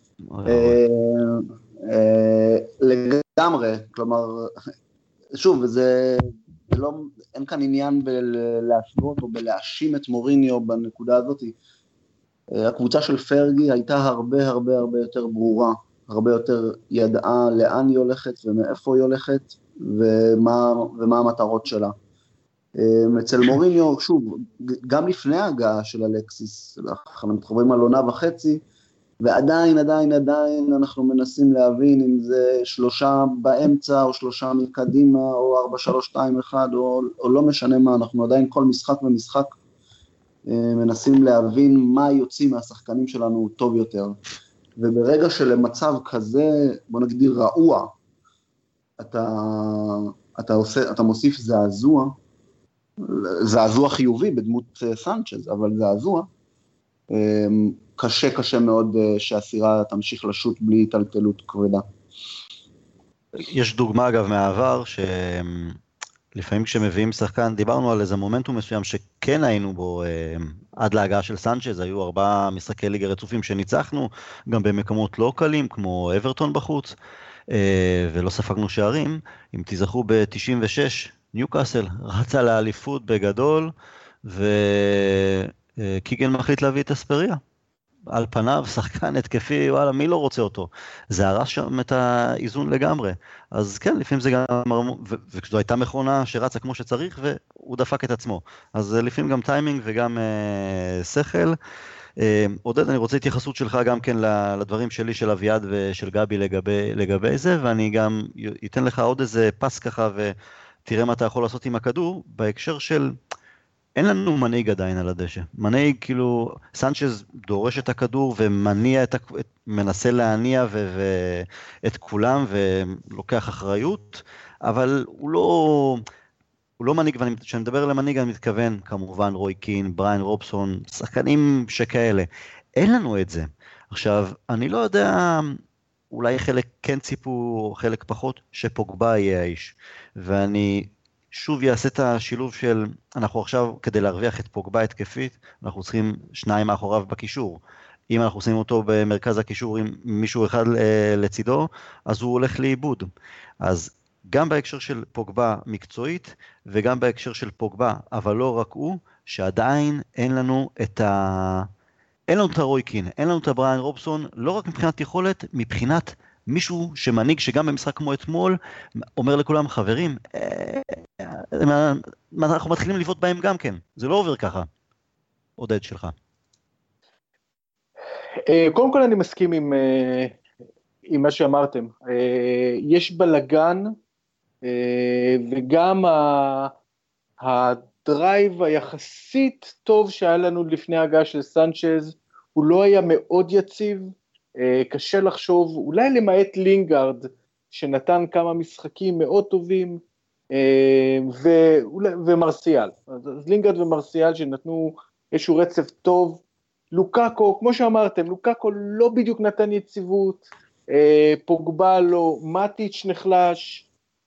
לגמרי, כלומר, שוב, זה לא, אין כאן עניין בלהשוות או בלהאשים את מוריניו בנקודה הזאת. הקבוצה של פרגי הייתה הרבה הרבה הרבה יותר ברורה, הרבה יותר ידעה לאן היא הולכת ומאיפה היא הולכת ומה, ומה המטרות שלה. אצל מוריניו, שוב, גם לפני ההגעה של אלקסיס, אנחנו מתחברים על עונה וחצי, ועדיין, עדיין, עדיין אנחנו מנסים להבין אם זה שלושה באמצע, או שלושה מקדימה, או ארבע, שלוש, שתיים, אחד, או, או לא משנה מה, אנחנו עדיין כל משחק ומשחק מנסים להבין מה יוצאים מהשחקנים שלנו טוב יותר. וברגע שלמצב כזה, בוא נגדיר רעוע, אתה, אתה, עושה, אתה מוסיף זעזוע, זעזוע חיובי בדמות סנצ'ז, אבל זעזוע. קשה קשה מאוד שהסירה תמשיך לשוט בלי טלטלות כבדה. יש דוגמה אגב מהעבר, שלפעמים כשמביאים שחקן, דיברנו על איזה מומנטום מסוים שכן היינו בו עד להגעה של סנצ'ז, היו ארבעה משחקי ליגה רצופים שניצחנו, גם במקומות לא קלים כמו אברטון בחוץ, ולא ספגנו שערים. אם תזכרו ב-תשעים ושש, ניוקאסל רצה לאליפות בגדול, וקיגן מחליט להביא את אספריה. על פניו, שחקן התקפי, וואלה, מי לא רוצה אותו? זה הרס שם את האיזון לגמרי. אז כן, לפעמים זה גם, וכשזו הייתה מכונה שרצה כמו שצריך, והוא דפק את עצמו. אז לפעמים גם טיימינג וגם אה, שכל. אה, עודד, אני רוצה התייחסות שלך גם כן לדברים שלי, של אביעד ושל גבי לגבי, לגבי זה, ואני גם אתן לך עוד איזה פס ככה, ותראה מה אתה יכול לעשות עם הכדור, בהקשר של... אין לנו מנהיג עדיין על הדשא. מנהיג, כאילו, סנצ'ז דורש את הכדור ומניע את, מנסה להניע ו, ו, את כולם ולוקח אחריות, אבל הוא לא, הוא לא מנהיג, וכשאני מדבר על המנהיג אני מתכוון, כמובן, רוי קין, בריין רובסון, שחקנים שכאלה. אין לנו את זה. עכשיו, אני לא יודע, אולי חלק כן ציפו, חלק פחות, שפוגבה יהיה האיש. ואני... שוב יעשה את השילוב של, אנחנו עכשיו, כדי להרוויח את פוגבה התקפית, אנחנו צריכים שניים מאחוריו בקישור. אם אנחנו עושים אותו במרכז הקישור עם מישהו אחד לצידו, אז הוא הולך לאיבוד. אז גם בהקשר של פוגבה מקצועית, וגם בהקשר של פוגבה, אבל לא רק הוא, שעדיין אין לנו את ה... אין לנו את הרוי קין, אין לנו את הבריין רובסון, לא רק מבחינת יכולת, מבחינת מישהו שמנהיג שגם במשחק כמו אתמול, אומר לכולם, חברים, אנחנו מתחילים לבעוט בהם גם כן, זה לא עובר ככה. עודד שלך. קודם כל אני מסכים עם, עם מה שאמרתם. יש בלגן, וגם הדרייב היחסית טוב שהיה לנו לפני ההגעה של סנצ'ז, הוא לא היה מאוד יציב, קשה לחשוב, אולי למעט לינגארד, שנתן כמה משחקים מאוד טובים, ו... ומרסיאל. אז לינגארד ומרסיאל שנתנו איזשהו רצף טוב, לוקאקו, כמו שאמרתם, לוקאקו לא בדיוק נתן יציבות, פוגבה לא, מטיץ' נחלש,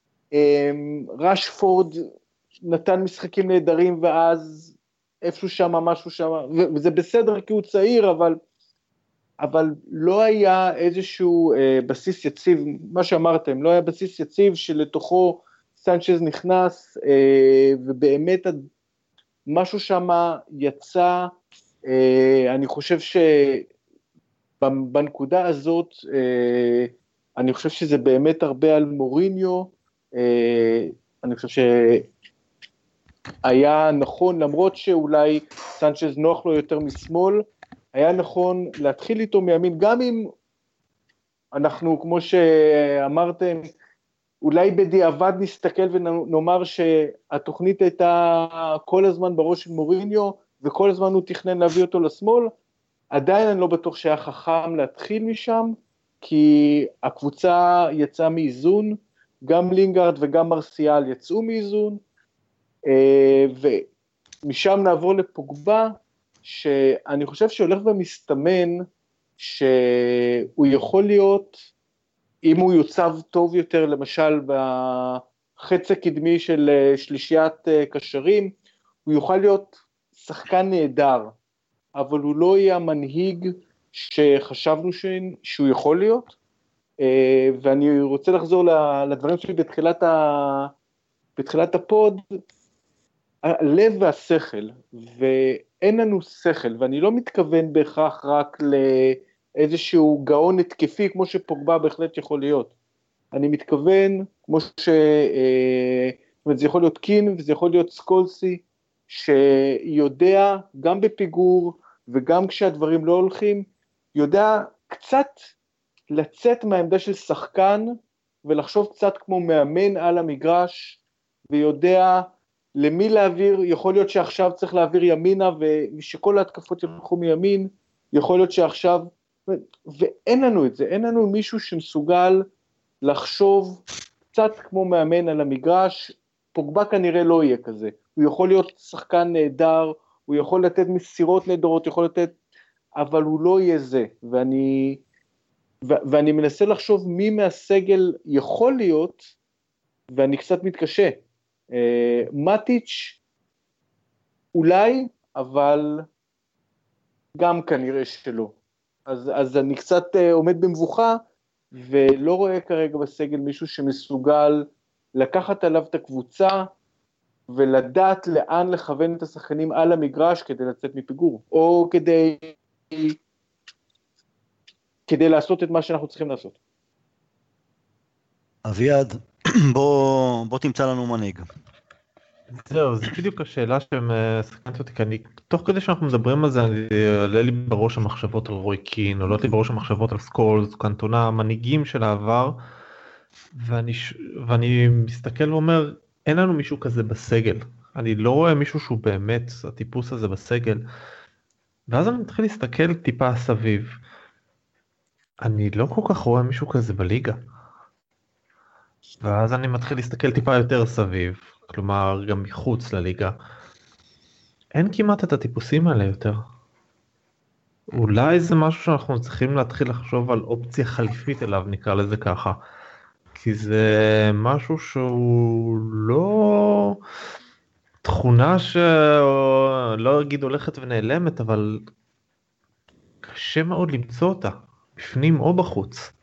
רשפורד נתן משחקים נהדרים, ואז איפשהו שם, משהו שם, וזה בסדר כי הוא צעיר, אבל... אבל לא היה איזשהו אה, בסיס יציב, מה שאמרתם, לא היה בסיס יציב שלתוכו סנצ'ז נכנס, אה, ובאמת משהו שם יצא, אה, אני חושב שבנקודה הזאת, אה, אני חושב שזה באמת הרבה על מוריניו, אה, אני חושב שהיה נכון, למרות שאולי סנצ'ז נוח לו יותר משמאל, היה נכון להתחיל איתו מימין, גם אם אנחנו, כמו שאמרתם, אולי בדיעבד נסתכל ונאמר שהתוכנית הייתה כל הזמן בראש של מוריניו, וכל הזמן הוא תכנן להביא אותו לשמאל, עדיין אני לא בטוח שהיה חכם להתחיל משם, כי הקבוצה יצאה מאיזון, גם לינגארד וגם מרסיאל יצאו מאיזון, ומשם נעבור לפוגבה, שאני חושב שהולך ומסתמן שהוא יכול להיות, אם הוא יוצב טוב יותר, למשל בחץ הקדמי של שלישיית קשרים, הוא יוכל להיות שחקן נהדר, אבל הוא לא יהיה המנהיג שחשבנו שהוא יכול להיות, ואני רוצה לחזור לדברים שלי בתחילת, ה... בתחילת הפוד, הלב והשכל, ואין לנו שכל, ואני לא מתכוון בהכרח רק לאיזשהו גאון התקפי, כמו שפוגבה בהחלט יכול להיות. אני מתכוון, כמו ש... זה יכול להיות קין, וזה יכול להיות סקולסי, שיודע גם בפיגור, וגם כשהדברים לא הולכים, יודע קצת לצאת מהעמדה של שחקן, ולחשוב קצת כמו מאמן על המגרש, ויודע למי להעביר, יכול להיות שעכשיו צריך להעביר ימינה, ושכל ההתקפות ילכו מימין, יכול להיות שעכשיו, ואין לנו את זה, אין לנו מישהו שמסוגל לחשוב קצת כמו מאמן על המגרש, פוגבה כנראה לא יהיה כזה, הוא יכול להיות שחקן נהדר, הוא יכול לתת מסירות נהדרות, יכול לתת, אבל הוא לא יהיה זה, ואני, ו- ואני מנסה לחשוב מי מהסגל יכול להיות, ואני קצת מתקשה, אה, מטיץ' אולי, אבל גם כנראה שלא, אז, אז אני קצת אה, עומד במבוכה, ולא רואה כרגע בסגל מישהו שמסוגל לקחת עליו את הקבוצה, ולדעת לאן לכוון את השחקנים על המגרש כדי לצאת מפיגור, או כדי, כדי לעשות את מה שאנחנו צריכים לעשות. אביעד, בוא, בוא תמצא לנו מנהיג. זהו, זו בדיוק השאלה שמסקרנת אותי, כי אני, תוך כדי שאנחנו מדברים על זה, אני עולה לי בראש המחשבות על רוי קין, עולות לי בראש המחשבות על סקולס, קנטונה, המנהיגים של העבר, ואני, ואני מסתכל ואומר, אין לנו מישהו כזה בסגל, אני לא רואה מישהו שהוא באמת הטיפוס הזה בסגל, ואז אני מתחיל להסתכל טיפה סביב, אני לא כל כך רואה מישהו כזה בליגה, ואז אני מתחיל להסתכל טיפה יותר סביב, כלומר גם מחוץ לליגה, אין כמעט את הטיפוסים האלה יותר. אולי זה משהו שאנחנו צריכים להתחיל לחשוב על אופציה חליפית אליו, נקרא לזה ככה, כי זה משהו שהוא לא תכונה שלא אגיד הולכת ונעלמת, אבל קשה מאוד למצוא אותה, בפנים או בחוץ.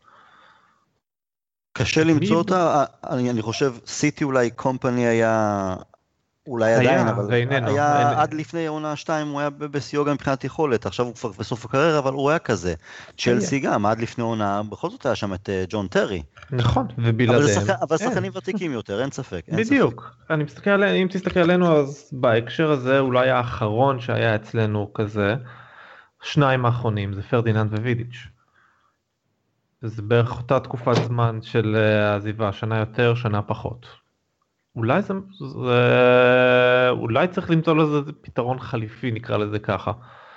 קשה למצוא אותה, אני, אני חושב סיטי אולי קומפני היה, אולי היה, עדיין, אבל ואיננו, היה אין... עד לפני עונה שתיים, הוא היה בשיאו גם מבחינת יכולת, עכשיו הוא כבר בסוף הקריירה, אבל הוא היה כזה. צ'לסי גם, עד לפני עונה, בכל זאת היה שם את ג'ון טרי. נכון, ובלעדיהם. אבל שחקנים ותיקים יותר, אין ספק. אין בדיוק, ספק. אני מסתכל עלינו, אם תסתכל עלינו, אז בהקשר הזה אולי האחרון שהיה אצלנו כזה, שניים האחרונים, זה פרדיננד ווידיץ'. זה בערך אותה תקופת זמן של העזיבה, שנה יותר, שנה פחות. אולי זה, זה, אולי צריך למצוא לזה פתרון חליפי, נקרא לזה ככה.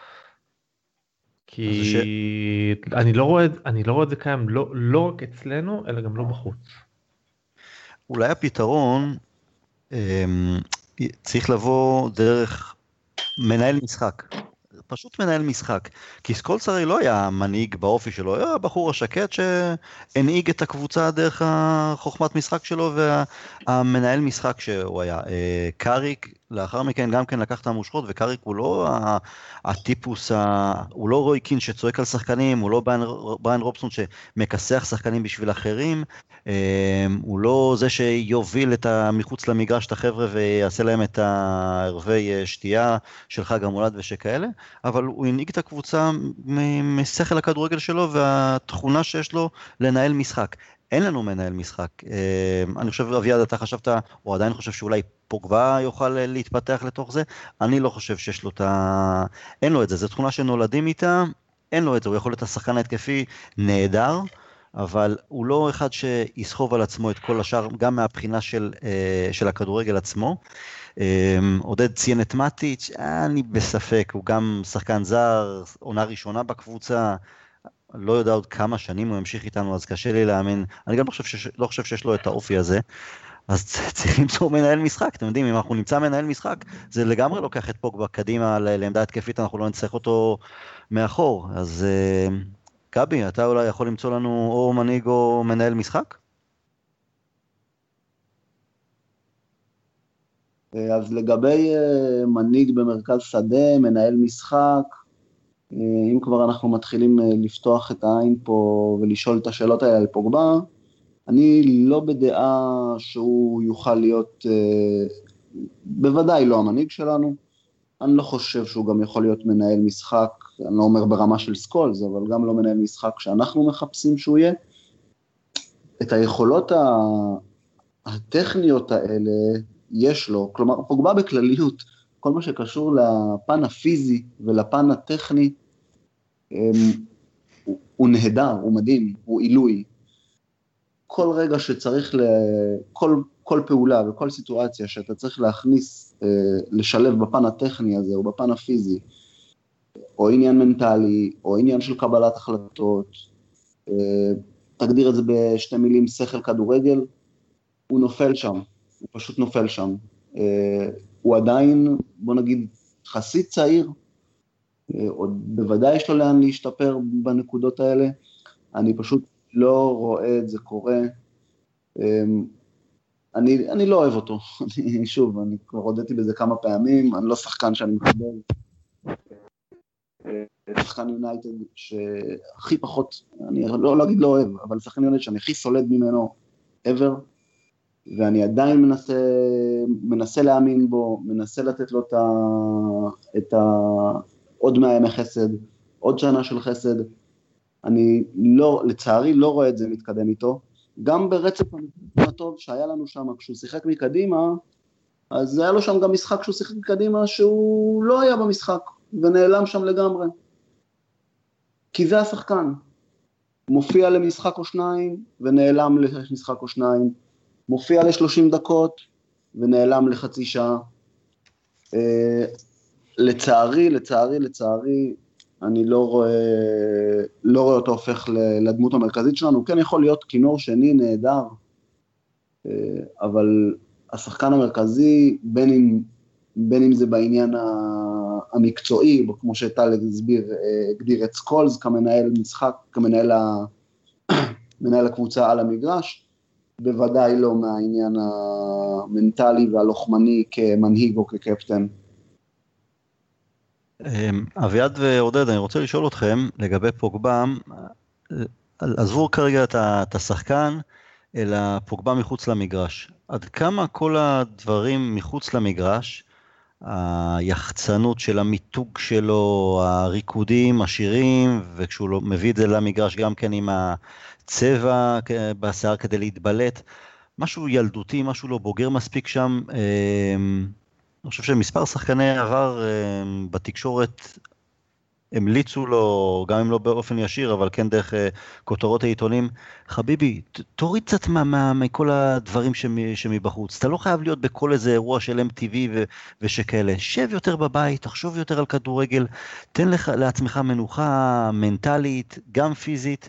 כי ש... אני לא רואה, אני לא רואה את זה קיים, לא, לא רק אצלנו, אלא גם לא בחוץ. אולי הפתרון צריך לבוא דרך מנהל משחק. פשוט מנהל משחק, כי סקולס הרי לא היה מנהיג באופי שלו, היה בחור השקט שהנהיג את הקבוצה דרך החוכמת משחק שלו, והמנהל משחק שהוא היה. קאריק, לאחר מכן גם כן לקח את המושכות, וקאריק הוא לא הטיפוס, הוא לא רוי קין שצועק על שחקנים, הוא לא בריין רובסון שמכסח שחקנים בשביל אחרים, הוא לא זה שיוביל את מחוץ למגרש את החבר'ה ויעשה להם את הערבי שתייה של חג המולד ושכאלה, אבל הוא הנהיג את הקבוצה משכל הכדורגל שלו והתכונה שיש לו לנהל משחק. אין לנו מנהל משחק. אני חושב, אביעד, אתה חשבת, או עדיין חושב שאולי פוגבה יוכל להתפתח לתוך זה? אני לא חושב שיש לו את ה... אין לו את זה, זו תכונה שנולדים איתה, אין לו את זה, הוא יכול להיות השחקן ההתקפי נהדר, אבל הוא לא אחד שיסחוב על עצמו את כל השאר, גם מהבחינה של, של הכדורגל עצמו. עודד ציין את מטיץ', אני בספק, הוא גם שחקן זר, עונה ראשונה בקבוצה, לא יודע עוד כמה שנים הוא ימשיך איתנו, אז קשה לי להאמין, אני גם לא חושב, שיש, לא חושב שיש לו את האופי הזה, אז צריך למצוא מנהל משחק, אתם יודעים, אם אנחנו נמצא מנהל משחק, זה לגמרי לוקח את פוגבה קדימה לעמדה התקפית, אנחנו לא נצטרך אותו מאחור, אז גבי, אתה אולי יכול למצוא לנו או מנהיג או מנהל משחק? אז לגבי מנהיג במרכז שדה, מנהל משחק, אם כבר אנחנו מתחילים לפתוח את העין פה ולשאול את השאלות האלה על פוגבה, אני לא בדעה שהוא יוכל להיות, בוודאי לא המנהיג שלנו, אני לא חושב שהוא גם יכול להיות מנהל משחק, אני לא אומר ברמה של סקולס, אבל גם לא מנהל משחק שאנחנו מחפשים שהוא יהיה. את היכולות הטכניות האלה יש לו, כלומר פוגבה בכלליות, כל מה שקשור לפן הפיזי ולפן הטכני, הוא, הוא נהדר, הוא מדהים, הוא עילוי. כל רגע שצריך, כל, כל פעולה וכל סיטואציה שאתה צריך להכניס, לשלב בפן הטכני הזה או בפן הפיזי, או עניין מנטלי, או עניין של קבלת החלטות, תגדיר את זה בשתי מילים, שכל כדורגל, הוא נופל שם. הוא פשוט נופל שם. הוא עדיין, בוא נגיד, חסית צעיר, עוד בוודאי יש לו לאן להשתפר בנקודות האלה, אני פשוט לא רואה את זה קורה, אני, אני לא אוהב אותו, אני, שוב, אני כבר הודיתי בזה כמה פעמים, אני לא שחקן שאני מקבל, שחקן יונייטד שהכי פחות, אני לא, לא אגיד לא אוהב, אבל שחקן יונייטד שאני הכי סולד ממנו ever, ואני עדיין מנסה, מנסה להאמין בו, מנסה לתת לו את ה, את ה, עוד מאה ימי חסד, עוד שנה של חסד, אני לא, לצערי לא רואה את זה מתקדם איתו, גם ברצף הטוב שהיה לנו שם, כשהוא שיחק מקדימה, אז היה לו שם גם משחק שהוא שיחק מקדימה, שהוא לא היה במשחק, ונעלם שם לגמרי. כי זה השחקן. מופיע למשחק או שניים, ונעלם למשחק או שניים, מופיע ל-שלושים דקות, ונעלם לחצי שעה. לצערי, לצערי, לצערי, אני לא רואה, לא רואה אותו הופך לדמות המרכזית שלנו, הוא כן יכול להיות כינור שני נהדר, אבל השחקן המרכזי, בין אם, בין אם זה בעניין המקצועי, כמו שטל הסביר, הגדיר את סקולס כמנהל משחק, כמנהל מנהל הקבוצה על המגרש, בוודאי לא מהעניין המנטלי והלוחמני כמנהיג או כקפטן. אביעד ועודד, אני רוצה לשאול אתכם לגבי פוגבה, עזבו כרגע את השחקן, אלא פוגבה מחוץ למגרש. עד כמה כל הדברים מחוץ למגרש, היחצנות של המיתוג שלו, הריקודים, השירים, וכשהוא מביא את זה למגרש גם כן עם הצבע בשיער כדי להתבלט, משהו ילדותי, משהו לא בוגר מספיק שם. אני חושב שמספר שחקני עבר בתקשורת המליצו לו, גם אם לא באופן ישיר, אבל כן דרך כותרות העיתונים, חביבי, תוריד קצת מכל הדברים שמבחוץ, אתה לא חייב להיות בכל איזה אירוע של אם טי וי ושכאלה, שב יותר בבית, תחשוב יותר על כדורגל, תן לך לעצמך מנוחה מנטלית, גם פיזית,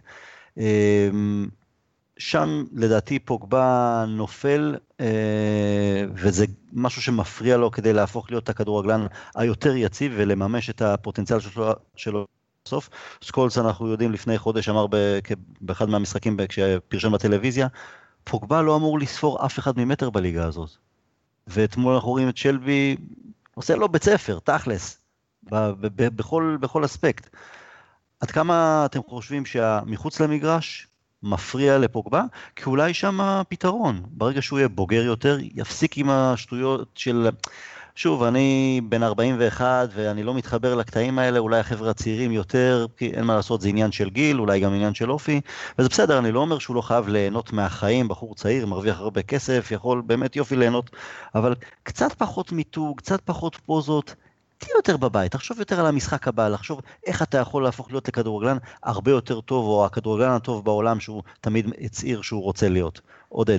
שם לדעתי פוגבה נופל, וזה משהו שמפריע לו כדי להפוך להיות הכדורגלן היותר יציב ולממש את הפוטנציאל שלו, שלו בסוף. סקולס, אנחנו יודעים, לפני חודש אמר באחד מהמשחקים כשפרשם בטלוויזיה, פוגבה לא אמור לספור אף אחד ממטר בליגה הזאת. ואתמול אנחנו רואים את שלבי, עושה לו בית ספר, תכלס, בכל, בכל אספקט. עד כמה אתם חושבים שמחוץ למגרש מפריע לפוגבה? כי אולי שם הפתרון, ברגע שהוא יהיה בוגר יותר, יפסיק עם השטויות של, שוב, אני בן ארבעים ואחת ואני לא מתחבר לקטעים האלה, אולי החבר'ה הצעירים יותר, כי אין מה לעשות, זה עניין של גיל, אולי גם עניין של אופי, וזה בסדר, אני לא אומר שהוא לא חייב ליהנות מהחיים, בחור צעיר, מרוויח הרבה כסף, יכול באמת יופי ליהנות, אבל קצת פחות מיתוג, קצת פחות פוזות, תהיה יותר בבית, תחשוב יותר על המשחק הבא, לחשוב איך אתה יכול להפוך להיות לכדורגלן הרבה יותר טוב, או הכדורגלן הטוב בעולם שהוא תמיד הצעיר שהוא רוצה להיות. עודד.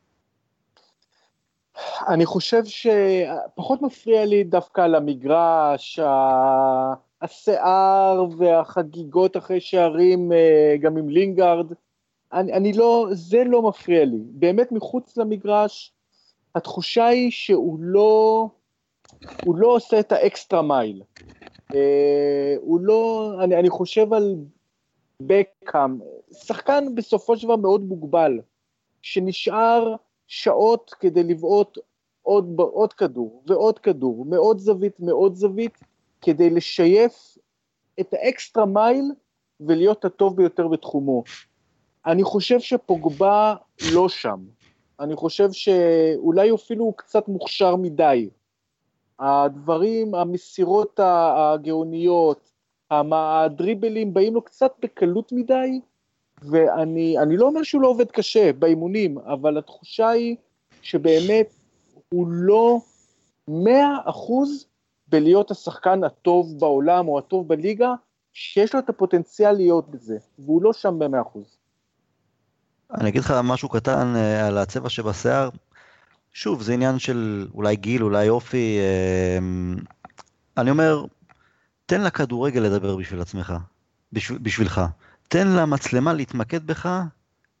אני חושב שפחות מפריע לי דווקא על המגרש, השיער והחגיגות אחרי שערים, גם עם לינגארד, אני, אני לא, זה לא מפריע לי. באמת מחוץ למגרש, התחושה היא שהוא לא... הוא לא עושה את האקסטרה מייל, הוא לא, אני, אני חושב על בקאם, שחקן בסופו של דבר מאוד מוגבל, שנשאר שעות כדי לבעוט עוד, עוד כדור, ועוד כדור, מאוד זווית, מאוד זווית, כדי לשייף את האקסטרה מייל, ולהיות הטוב ביותר בתחומו. אני חושב שפוגבה לא שם, אני חושב שאולי אפילו הוא קצת מוכשר מדי, הדברים, המסירות הגאוניות, הדריבלים באים לו קצת בקלות מדי, ואני אני לא אומר שהוא לא עובד קשה באימונים, אבל התחושה היא שבאמת הוא לא מאה אחוז בלהיות השחקן הטוב בעולם או הטוב בליגה, שיש לו את הפוטנציאל להיות בזה, והוא לא שם ב-מאה אחוז. אני אגיד לך משהו קטן על הצבע שבשיער, שוב, זה עניין של אולי גיל, אולי אופי, אני אומר, תן לכדורגל לדבר בשביל עצמך, בשביל, בשבילך, תן למצלמה להתמקד בך,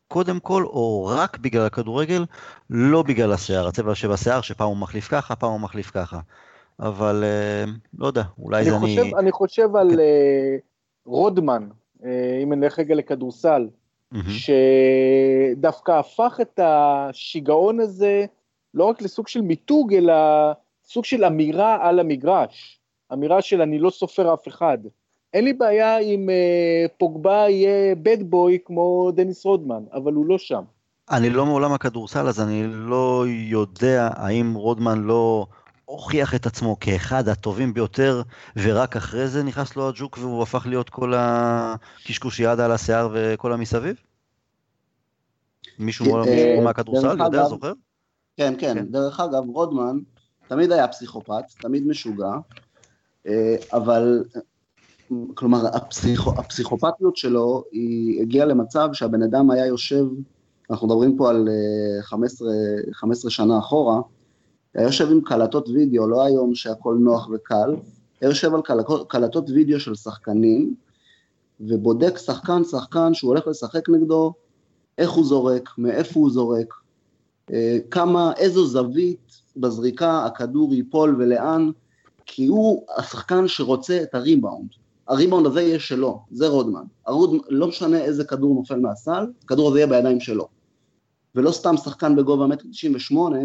קודם כל, או רק בגלל הכדורגל, לא בגלל השיער, הצבע שבשיער, שפעם הוא מחליף ככה, פעם הוא מחליף ככה. אבל לא יודע, אולי אני זה חושב, אני... אני חושב על כן. uh, רודמן, uh, אם נלך רגע לכדורסל, Mm-hmm. שדווקא הפך את השיגעון הזה, לא רק לסוג של מיתוג, אלא סוג של אמירה על המגרש, אמירה של אני לא סופר אף אחד. אין לי בעיה אם uh, פוגבה יהיה בד בוי כמו דניס רודמן, אבל הוא לא שם. אני לא מעולם הכדורסל, אז אני לא יודע האם רודמן לא הוכיח את עצמו כאחד הטובים ביותר, ורק אחרי זה נכנס לו הג'וק והוא הפך להיות כל הקשקושיאדה על השיער וכל המסביב? מישהו מהכדורסל יודע, זוכר? כן, כן, דרך אגב, רודמן תמיד היה פסיכופת, תמיד משוגע, אבל כלומר, הפסיכופתיות שלו היא הגיעה למצב שהבן אדם היה יושב, אנחנו מדברים פה על חמש עשרה שנה אחורה, היה יושב עם קלטות וידאו, לא היום שהכל נוח וקל, היה יושב על קלטות וידאו של שחקנים, ובודק שחקן שחקן שהוא הולך לשחק נגדו, איך הוא זורק, מאיפה הוא זורק, כמה, איזו זווית בזריקה הכדור ייפול ולאן, כי הוא השחקן שרוצה את הריבאונד. הריבאונד הזה יהיה שלו, זה רודמן. הרוד, לא משנה איזה כדור נופל מהסל, הכדור הזה יהיה בידיים שלו. ולא סתם שחקן בגובה מטר תשעים ושמונה,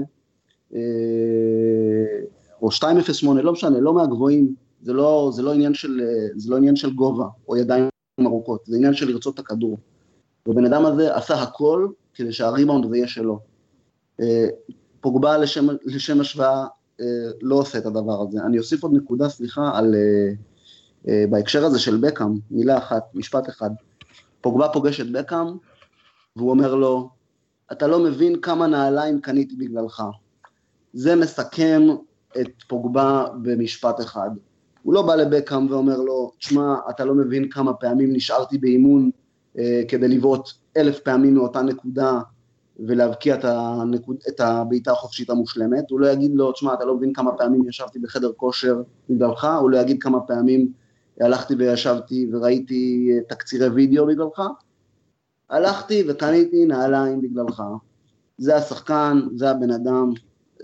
או שתיים אפס שמונה, לא משנה, לא מהגבוהים, זה לא, זה לא עניין של, זה לא עניין של גובה, או ידיים ארוכות, זה עניין של לרצות את הכדור. ובן אדם הזה עשה הכל, כדי שהריבאונד הזה יהיה שלו. פוגבה לשם, לשם השוואה, לא עושה את הדבר הזה. אני אוסיף עוד נקודה, סליחה, על, בהקשר הזה של בקאם, מילה אחת, משפט אחד. פוגבה פוגש את בקאם, והוא אומר לו, אתה לא מבין כמה נעליים קניתי בגללך. זה מסכם את פוגבה במשפט אחד. הוא לא בא לבקאם ואומר לו, תשמע, אתה לא מבין כמה פעמים נשארתי באימון, אה, כדי לבעוט אלף פעמים מאותה נקודה, ולהבקיע את, הנקוד, את הבעיטה החופשית המושלמת. הוא לא יגיד לו, תשמע, אתה לא מבין כמה פעמים ישבתי בחדר כושר בגללך, הוא לא יגיד כמה פעמים הלכתי וישבתי וראיתי תקצירי וידאו בגללך, הלכתי וקניתי נעליים בגללך. זה השחקן, זה הבן אדם,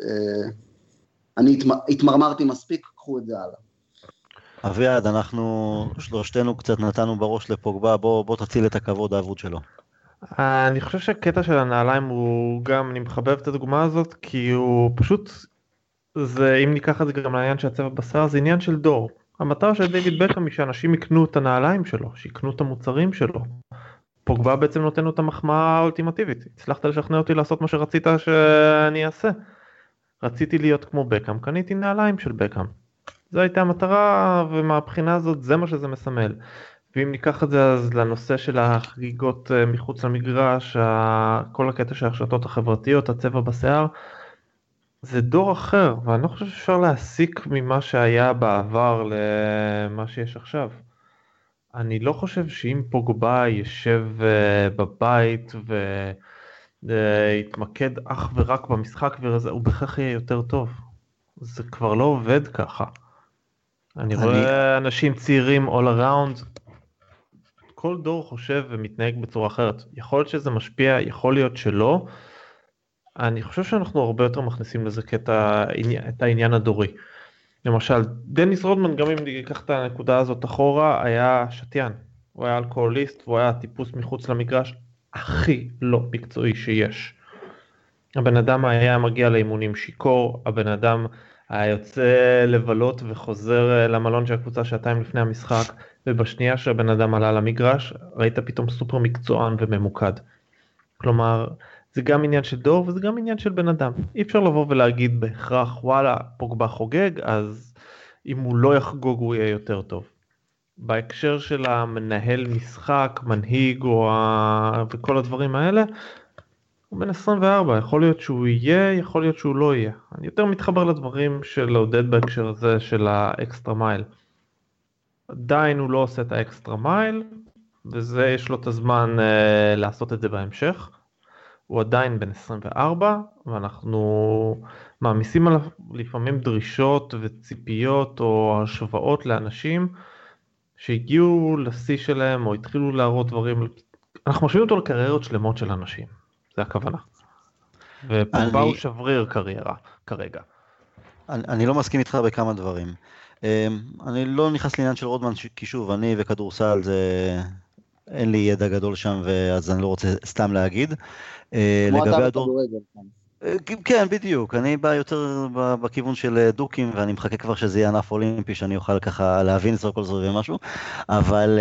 אני התמרמרתי מספיק, קחו את זה הלאה. אביעד, אנחנו שלושתנו קצת נתנו בראש לפוגבה, בוא, בוא תציל את הכבוד האבוד שלו. אני חושב שהקטע של הנעליים הוא גם, אני מחבב את הדוגמה הזאת, כי הוא פשוט, זה, אם ניקח את זה גם לעניין של הצבע בשיער, זה עניין של דור. המטרה של דיוויד בקאם היא שאנשים יקנו את הנעליים שלו, שיקנו את המוצרים שלו. פוגבה בעצם נותן לו את המחמאה האולטימטיבית. הצלחת לשכנע אותי לעשות מה שרצית שאני אעשה. רציתי להיות כמו בקאם, קניתי נעליים של בקאם. זו הייתה המטרה, ומהבחינה הזאת זה מה שזה מסמל. ואם ניקח את זה אז לנושא של החגיגות מחוץ למגרש, כל הקטע של הרשתות החברתיות, הצבע בשיער, זה דור אחר, ואני לא חושב שאפשר להסיק ממה שהיה בעבר למה שיש עכשיו. אני לא חושב שאם פוגבה ישב בבית ויתמקד אך ורק במשחק, הוא בכך יהיה יותר טוב. זה כבר לא עובד ככה. אני רואה אנשים צעירים all around, כל דור חושב ומתנהג בצורה אחרת. יכול להיות שזה משפיע, יכול להיות שלא. אני חושב שאנחנו הרבה יותר מכניסים לזה כתה, את העניין הדורי. למשל, דניס רודמן, גם אם ניקח את הנקודה הזאת אחורה, היה שתיין. הוא היה אלכוהוליסט, הוא היה טיפוס מחוץ למגרש הכי לא מקצועי שיש. הבן אדם היה מגיע לאימונים שיקור, הבן אדם היה יוצא לבלות וחוזר למלון של הקבוצה שעתיים לפני המשחק, ובשנייה שהבן אדם עלה למגרש, ראית פתאום סופר מקצוען וממוקד. כלומר, זה גם עניין של דור וזה גם עניין של בן אדם. אי אפשר לבוא ולהגיד בהכרח, וואלה, פוגבה חוגג, אז אם הוא לא יחגוג הוא יהיה יותר טוב. בהקשר של המנהל משחק, מנהיג או ה... וכל הדברים האלה, הוא בן עשרים וארבע, יכול להיות שהוא יהיה, יכול להיות שהוא לא יהיה. אני יותר מתחבר לדברים של עודד בהקשר הזה של האקסטרה מייל. עדיין הוא לא עושה את האקסטרה מייל, וזה יש לו את הזמן אה, לעשות את זה בהמשך. הוא עדיין בן עשרים וארבע, ואנחנו מעמיסים עליו לפעמים דרישות וציפיות או השוואות לאנשים שהגיעו לשיא שלהם או התחילו להראות דברים אנחנו משווים אותו לקריירות שלמות של אנשים, זה הכוונה. ופוגבה הוא שבריר קריירה כרגע. אני, אני לא מסכים איתך בכמה דברים. אני לא נכנס לעניין של רודמן, כי שוב, אני וכדורסל זה... אין לי ידע גדול שם, אז אני לא רוצה סתם להגיד. כמו אתה בכדורגל. כן, בדיוק. אני בא יותר בכיוון של דוקים, ואני מחכה כבר שזה יהיה ענף אולימפי, שאני אוכל ככה להבין את כל זה ומשהו. אבל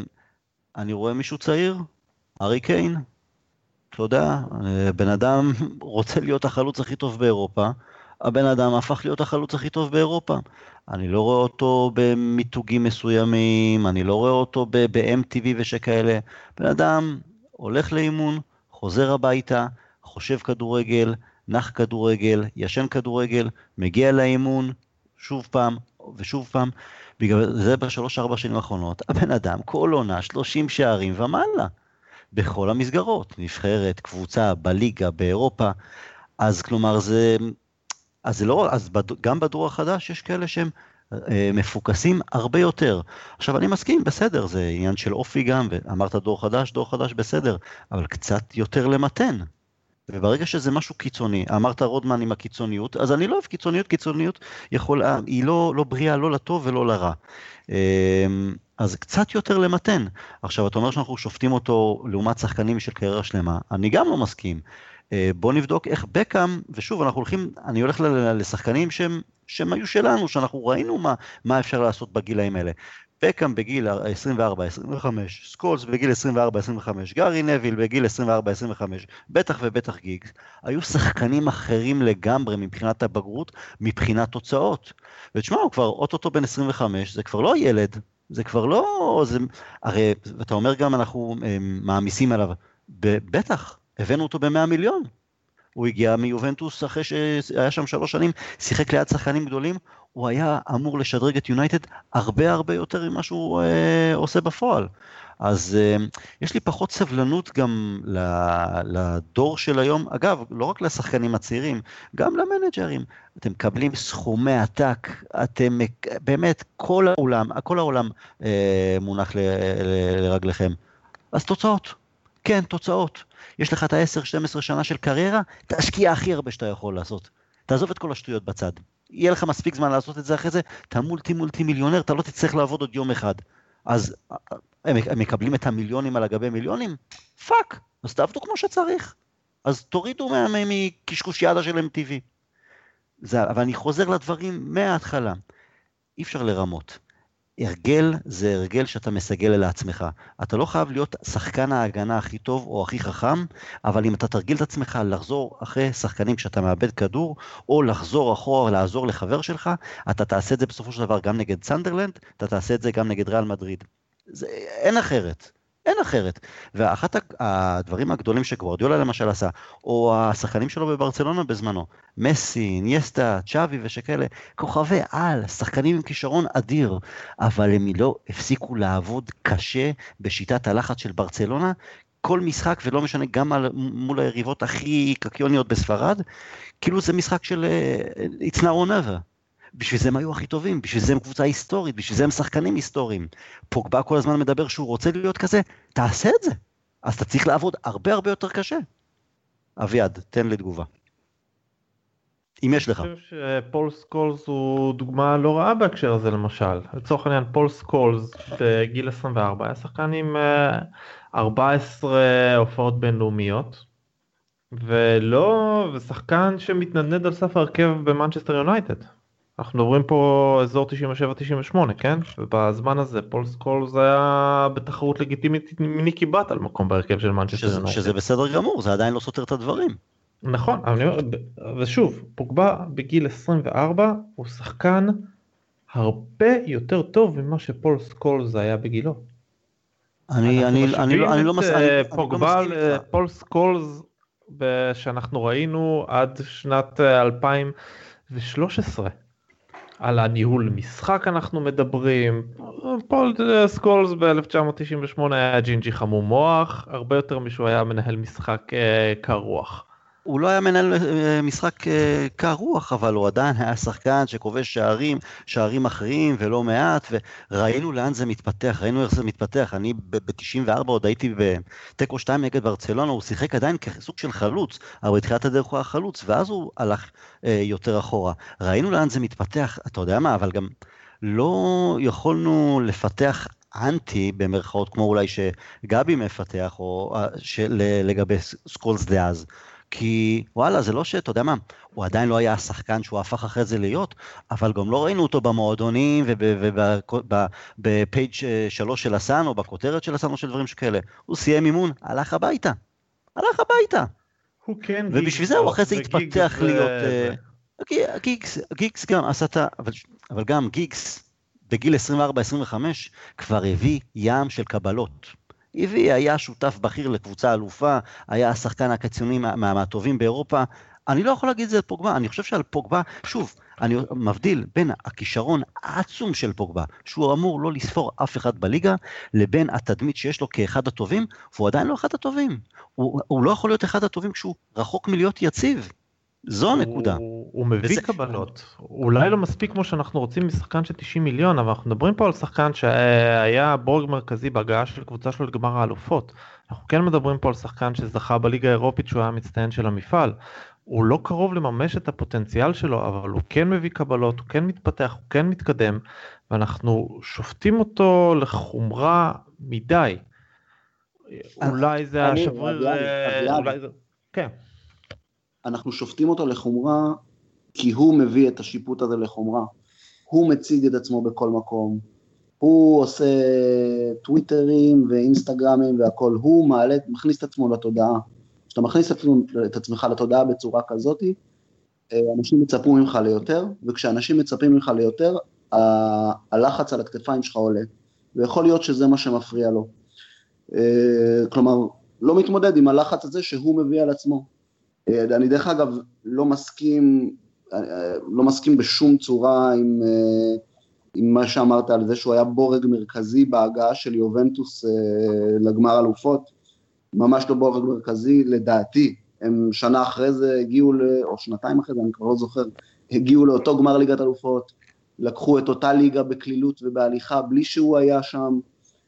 אני רואה מישהו צעיר, ארי קיין, אתה יודע, בן אדם רוצה להיות החלוץ הכי טוב באירופה, הבן אדם הפך להיות החלוץ הכי טוב באירופה. אני לא רואה אותו במיתוגים מסוימים, אני לא רואה אותו ב-אם טי וי ושכאלה. בן אדם הולך לאימון, חוזר הביתה, חושב כדורגל, נח כדורגל, ישן כדורגל, מגיע לאימון, שוב פעם ושוב פעם. בגלל זה בשלוש ארבע שנים האחרונות, הבן אדם כל עונה שלושים שערים ומעלה. בכל המסגרות, נבחרת, קבוצה, בליגה, באירופה. אז כלומר זה... אז זה לא, אז גם בדור החדש יש כאלה שהם אה, מפוקסים הרבה יותר. עכשיו אני מסכים, בסדר, זה עניין של אופי גם, ואמרת דור חדש, דור חדש בסדר, אבל קצת יותר למתן. וברגע שזה משהו קיצוני, אמרת רודמן עם הקיצוניות, אז אני לא אוהב קיצוניות, קיצוניות יכולה, היא לא, לא בריאה, לא לטוב ולא לרע. אה, אז קצת יותר למתן. עכשיו אתה אומר שאנחנו שופטים אותו לעומת שחקנים של קריירה שלמה, אני גם לא מסכים. בוא נבדוק איך בקאם, ושוב אנחנו הולכים, אני הולך לשחקנים שהם, שהם היו שלנו, שאנחנו ראינו מה, מה אפשר לעשות בגילאים האלה. בקאם בגיל עשרים וארבע עשרים וחמש, סקולס בגיל עשרים וארבע עשרים וחמש, גארי נביל בגיל עשרים וארבע עשרים וחמש, בטח ובטח גיגס, היו שחקנים אחרים לגמרי מבחינת הבגרות, מבחינת תוצאות. ותשמע, הוא כבר אוטוטו בן עשרים וחמש, זה כבר לא ילד, זה כבר לא, זה, הרי, ואתה אומר גם אנחנו מעמיסים עליו, בטח, הבאנו אותו ב-מאה מיליון. הוא הגיע מיובנטוס אחרי שהיה שם שלוש שנים, שיחק ליד שחקנים גדולים, הוא היה אמור לשדרג את יונייטד הרבה הרבה יותר ממה שהוא אה, עושה בפועל. אז אה, יש לי פחות סבלנות גם לדור של היום, אגב, לא רק לשחקנים הצעירים, גם למנג'רים. אתם מקבלים סכומי עתק, אתם באמת, כל העולם, כל העולם אה, מונח ל, ל, לרגליכם. אז תוצאות, כן, תוצאות. יש לך את ה-עשר שתים עשרה שנה של קריירה, תשקיע הכי הרבה שאתה יכול לעשות. תעזוב את כל השטויות בצד. יהיה לך מספיק זמן לעשות את זה אחרי זה, אתה מולטי מולטי מיליונר, אתה לא תצטרך לעבוד עוד יום אחד. אז הם, הם מקבלים את המיליונים על הגבי מיליונים? פאק, אז תעבדו כמו שצריך. אז תורידו מקשקושיאדה של אם טי וי. זה, אבל אני חוזר לדברים מההתחלה. אי אפשר לרמות. הרגל זה הרגל שאתה מסגל לעצמך. אתה לא חייב להיות שחקן ההגנה הכי טוב או הכי חכם, אבל אם אתה תרגיל את עצמך לחזור אחרי שחקנים כשאתה מאבד כדור, או לחזור אחורה לעזור לחבר שלך, אתה תעשה את זה בסופו של דבר גם נגד סנדרלנד, אתה תעשה את זה גם נגד ריאל מדריד. זה, אין אחרת. אין אחרת. ואחת הדברים הגדולים שגוארדיולה למשל עשה, או השחקנים שלו בברצלונה בזמנו, מסי, ניאסטה, צ'אבי ושכאלה, כוכבי על, שחקנים עם כישרון אדיר, אבל הם לא הפסיקו לעבוד קשה בשיטת הלחץ של ברצלונה, כל משחק, ולא משנה גם על, מול היריבות הכי קקיוניות בספרד, כאילו זה משחק של uh, it's now or never. בשביל זה הם היו הכי טובים, בשביל זה הם קבוצה היסטורית, בשביל זה הם שחקנים היסטוריים. פוגבה כל הזמן מדבר שהוא רוצה להיות כזה, תעשה את זה. אז אתה צריך לעבוד הרבה הרבה יותר קשה. אביעד, תן לי תגובה. אם יש לך. אני חושב שפול סקולס הוא דוגמה לא רעה בהקשר הזה למשל. לצורך העניין, פול סקולס בגיל עשרים וארבע היה שחקן עם ארבע עשרה הופעות בינלאומיות, ולא, ושחקן שמתנדנד על סף הרכב במנצ'סטר יונייטד. אנחנו מדברים פה אזור תשעים ושבע תשעים ושמונה, כן? ובזמן הזה פול סקולס היה בתחרות לגיטימית עם ניקי בת על מקום בהרכב של מנצ'סטר יונייטד. שזה בסדר גמור, זה עדיין לא סותר את הדברים. נכון, ושוב, פוגבה בגיל עשרים וארבע הוא שחקן הרבה יותר טוב ממה שפול סקולס היה בגילו. אני אני אני לא אני לא מסכים. פוגבה לפול סקולס שאנחנו ראינו עד שנת אלפיים ושלוש עשרה. על הניהול משחק אנחנו מדברים. פול סקולס ב-אלף תשע מאות תשעים ושמונה היה ג'ינג'י חמום מוח, הרבה יותר משהו היה מנהל משחק קר רוח. הוא לא היה מנהל משחק קר רוח, אבל הוא עדיין היה שחקן שכובש שערים, שערים אחרים ולא מעט, וראינו לאן זה מתפתח, ראינו איך זה מתפתח. אני ב-תשעים וארבע עוד הייתי בטקו שתיים נגד ברצלונה, הוא שיחק עדיין כסוג של חלוץ, אבל בתחילת הדרך הוא היה חלוץ, ואז הוא הלך יותר אחורה. ראינו לאן זה מתפתח, אתה יודע מה, אבל גם לא יכולנו לפתח אנטי במרכאות, כמו אולי שגבי מפתח, או לגבי סקולס דאז. כי וואלה, זה לא שאתה יודע מה, הוא עדיין לא היה השחקן שהוא הפך אחרי זה להיות, אבל גם לא ראינו אותו במועדונים ובפייג' שלוש של הסן, או בכותרת של הסן, או של דברים שכאלה. הוא סיים אימון, הלך הביתה. הלך הביתה. הוא כן ובשביל זה הוא אחרי זה התפתח להיות... גיגס, גיגס גם עשתה, אבל גם גיגס בגיל עשרים וארבע עשרים וחמש כבר הביא ים של קבלות. הביא, היה שותף בכיר לקבוצה אלופה, היה השחקן הקציוני מהטובים באירופה. אני לא יכול להגיד את זה על פוגבה, אני חושב שעל פוגבה, שוב, אני מבדיל בין הכישרון העצום של פוגבה, שהוא אמור לא לספור אף אחד בליגה, לבין התדמית שיש לו כאחד הטובים, והוא עדיין לא אחד הטובים. הוא, הוא לא יכול להיות אחד הטובים כשהוא רחוק מלהיות יציב. זו הנקודה. הוא, הוא מביא וזה... קבלות. אולי לא מספיק כמו שאנחנו רוצים משחקן של תשעים מיליון, אבל אנחנו מדברים פה על שחקן שהיה בורג מרכזי בהגעה של קבוצה שלו לגמר האלופות. אנחנו כן מדברים פה על שחקן שזכה בליגה האירופית שהוא היה מצטיין של המפעל. הוא לא קרוב לממש את הפוטנציאל שלו, אבל הוא כן מביא קבלות, הוא כן מתפתח, הוא כן מתקדם, ואנחנו שופטים אותו לחומרה מדי. אולי זה השבריר... אולי זה... כן. אנחנו שופטים אותו לחומרה, כי הוא מביא את השיפוט הזה לחומרה. הוא מציג את עצמו בכל מקום. הוא עושה טוויטרים ואינסטגרמים והכל. הוא מעלה, מכניס את עצמו לתודעה. כשאתה מכניס את עצמך לתודעה בצורה כזאת, אנשים מצפו ממך ליותר, וכשאנשים מצפים ממך ליותר, הלחץ על הכתפיים שלך עולה. ויכול להיות שזה מה שמפריע לו. כלומר, לא מתמודד עם הלחץ הזה שהוא מביא על עצמו. אני דרך אגב לא מסכים, לא מסכים בשום צורה עם, עם מה שאמרת על זה שהוא היה בורג מרכזי בהגעה של יובנטוס לגמר אלופות, ממש לא בורג מרכזי לדעתי, הם שנה אחרי זה הגיעו, או שנתיים אחרי זה, אני כבר לא זוכר, הגיעו לאותו גמר ליגת אלופות, לקחו את אותה ליגה בכלילות ובהליכה, בלי שהוא היה שם,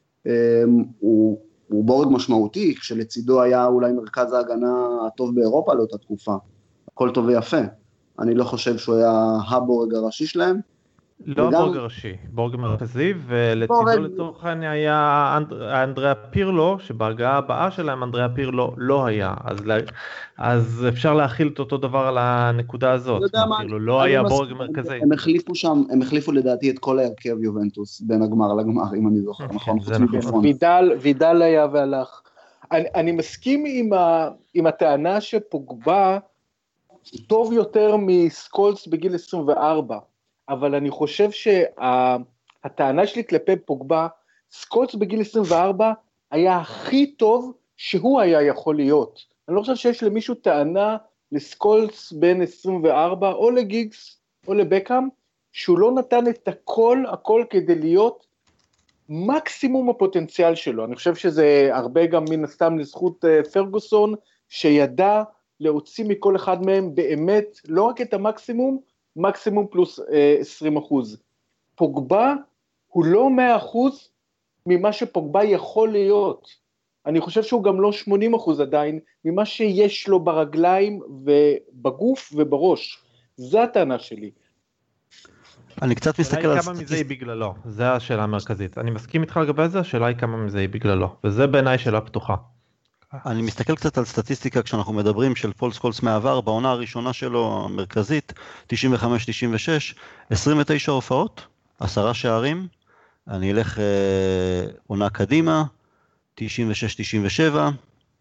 הוא... הוא בורג משמעותי, כשלצידו היה אולי מרכז ההגנה הטוב באירופה לאותה תקופה. הכל טוב ויפה. אני לא חושב שהוא היה הבורג הראשי שלהם. לא וגם... הבורג הראשי, בורג מרכזי, ולצידו בורג... לתוך העניין היה אנדר... אנדריה פירלו, שבהגעה הבאה שלהם אנדריה פירלו לא היה. אז, לה... אז אפשר להכיל את אותו דבר על הנקודה הזאת. פירלו לא היה בורג מרכזי. הם החליפו שם, הם החליפו לדעתי את כל ההרכב יובנטוס, בין הגמר לגמר, אם אני זוכר, נכון? נכון. וידל, וידל היה והלך. אני, אני מסכים עם, ה... עם הטענה שפוגבה טוב יותר מסקולס בגיל עשרים וארבע. אבל אני חושב שהטענה שלי כלפי פוגבה, סקולס בגיל עשרים וארבע היה הכי טוב שהוא היה יכול להיות. אני לא חושב שיש למישהו טענה לסקולס בין עשרים וארבע, או לגיגס, או לבקאם, שהוא לא נתן את הכל, הכל כדי להיות מקסימום הפוטנציאל שלו. אני חושב שזה הרבה גם מן הסתם לזכות פרגוסון, שידע להוציא מכל אחד מהם באמת, לא רק את המקסימום, מקסימום פלוס עשרים אחוז. פוגבה הוא לא מאה אחוז ממה שפוגבה יכול להיות. אני חושב שהוא גם לא שמונים אחוז עדיין, ממה שיש לו ברגליים ובגוף ובראש. זו הטענה שלי. אני קצת מסתכל על... כמה מזה היא בגללו, זו השאלה המרכזית. אני מסכים איתך לגבי זה, השאלה היא כמה מזה היא בגללו. וזה בעיניי שאלה פתוחה. אני מסתכל קצת על סטטיסטיקה כשאנחנו מדברים של פול סקולס מעבר, בעונה הראשונה שלו המרכזית, תשעים וחמש תשעים ושש, עשרים ותשע הופעות, עשרה שערים, אני אלך אה, עונה קדימה, תשעים ושש תשעים ושבע,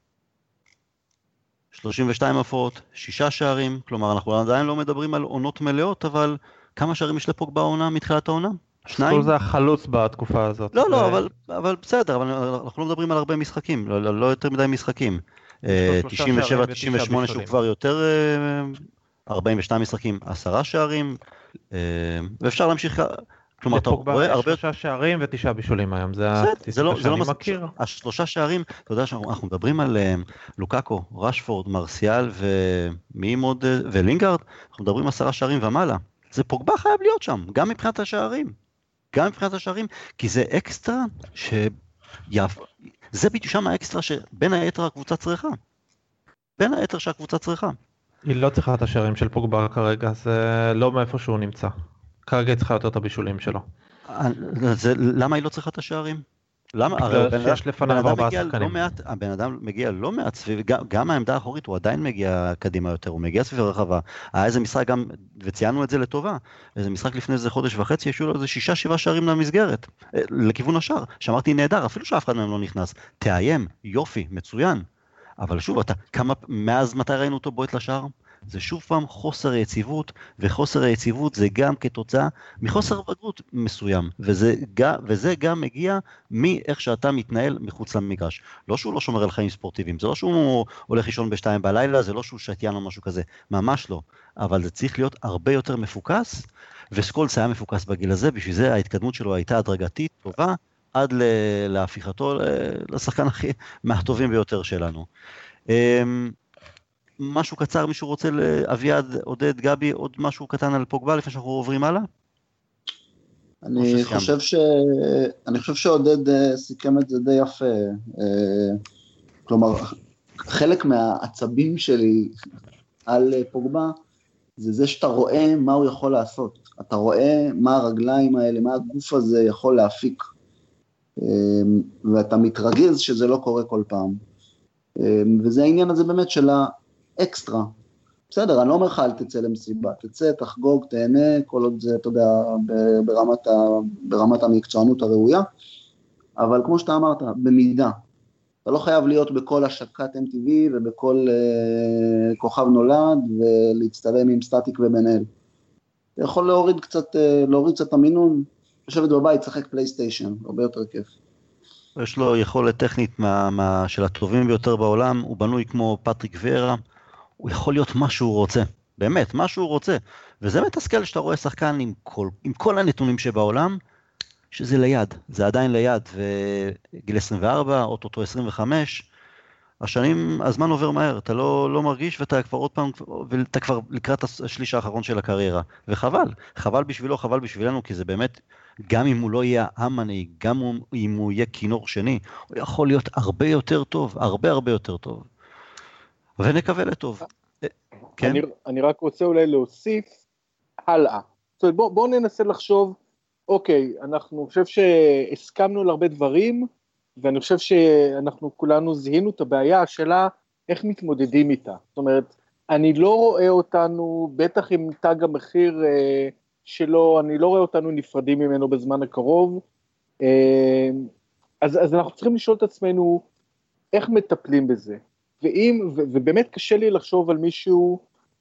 שלושים ושתיים הופעות, שישה שערים, כלומר אנחנו עדיין לא מדברים על עונות מלאות, אבל כמה שערים יש לפוגבה העונה מתחילת העונה? שניים? זה החלוץ בתקופה הזאת. לא, לא, אבל, אבל בסדר, אבל אנחנו לא מדברים על הרבה משחקים, לא, לא יותר מדי משחקים. תשעים ושבע תשעים ושמונה שהוא כבר יותר, ארבעים ושניים משחקים, עשרה שערים, ואפשר להמשיך כלומר, אתה רואה הרבה... שלושה שערים ותשעה בישולים היום, זה הסטטיסטיקה שאני מכיר. השלושה שערים, אתה יודע שאנחנו מדברים על לוקאקו, רשפורד, מרסיאל ומי עוד, ולינגארד, אנחנו מדברים על עשרה שערים ומעלה. זה פוגבה חייב להיות שם, גם מבחינת השערים. גם מבחינת השערים, כי זה אקסטרה ש... זה בדיוק שם האקסטרה שבין היתר הקבוצה צריכה. בין היתר שהקבוצה צריכה. היא לא צריכה את השערים של פוגבה כרגע, זה לא מאיפה שהוא נמצא. כרגע היא צריכה יותר את הבישולים שלו. זה, למה היא לא צריכה את השערים? למה? הרי יש לפניו ארבעה שחקנים. הבן אדם מגיע לא מעט סביב, גם, גם העמדה האחורית הוא עדיין מגיע קדימה יותר, הוא מגיע סביב הרחבה. היה איזה משחק גם, וציינו את זה לטובה, איזה משחק לפני איזה חודש וחצי, יש לו איזה שישה שבעה שערים למסגרת, לכיוון השער. שאמרתי נהדר, אפילו שאף אחד מהם לא נכנס. תאיים, יופי, מצוין. אבל שוב, אתה, כמה, מאז מתי ראינו אותו בועט לשער? זה שוב פעם חוסר היציבות, וחוסר היציבות זה גם כתוצאה מחוסר בגרות מסוים, וזה גם, וזה גם מגיע מאיך שאתה מתנהל מחוץ למגרש. לא שהוא לא שומר על חיים ספורטיביים, זה לא שהוא הולך לישון בשתיים בלילה, זה לא שהוא שתיין או משהו כזה, ממש לא. אבל זה צריך להיות הרבה יותר מפוקס, וסקולס היה מפוקס בגיל הזה, בשביל זה ההתקדמות שלו הייתה הדרגתית טובה, עד להפיכתו לשחקן הכי מהטובים ביותר שלנו. משהו קצר, מישהו רוצה לאביעד, עודד, גבי, עוד משהו קטן על פוגבה לפני שאנחנו עוברים הלאה? אני חושב ש... אני חושב שעודד סיכם את זה די יפה. כלומר, חלק מהעצבים שלי על פוגבה, זה זה שאתה רואה מה הוא יכול לעשות. אתה רואה מה הרגליים האלה, מה הגוף הזה יכול להפיק. ואתה מתרגז שזה לא קורה כל פעם. וזה העניין הזה באמת של האקסטרה. בסדר, אני לא אומר לך אל תצא למסיבה, תצא, תחגוג, תהנה, כל עוד זה, אתה יודע, ברמת, ה, ברמת המקצוענות הראויה, אבל כמו שאתה אמרת, במידה. אתה לא חייב להיות בכל השקת אם טי וי ובכל uh, כוכב נולד ולהצטלם עם סטטיק ובן-אל. אתה יכול להוריד קצת, uh, להוריד קצת המינון, לשבת בבית, שחק פלייסטיישן, הרבה יותר כיף. יש לו יכולת טכנית מה, מה, של הטובים ביותר בעולם, הוא בנוי כמו פטריק וירה, הוא יכול להיות מה שהוא רוצה, באמת, מה שהוא רוצה. וזה מתסכל שאתה רואה שחקן עם כל, עם כל הנתונים שבעולם, שזה ליד, זה עדיין ליד, וגיל עשרים וארבע, אוטוטו עשרים וחמש, השנים, הזמן עובר מהר, אתה לא, לא מרגיש, ואתה כבר עוד פעם, ואתה כבר לקראת השליש האחרון של הקריירה, וחבל, חבל בשבילו, חבל בשבילנו, כי זה באמת, גם אם הוא לא יהיה המנהיג, גם אם הוא יהיה כינור שני, הוא יכול להיות הרבה יותר טוב, הרבה הרבה יותר טוב. ונקווה לטוב. כן? אני, אני רק רוצה אולי להוסיף הלאה. זאת אומרת, בוא, בוא ננסה לחשוב, אוקיי, אנחנו חושב שהסכמנו על הרבה דברים, ואני חושב שאנחנו כולנו זיהינו את הבעיה, השאלה איך מתמודדים איתה. זאת אומרת, אני לא רואה אותנו, בטח עם תג המחיר אה, שלו, אני לא רואה אותנו נפרדים ממנו בזמן הקרוב, אה, אז, אז אנחנו צריכים לשאול את עצמנו, איך מטפלים בזה? ואם, ו, ובאמת קשה לי לחשוב על מישהו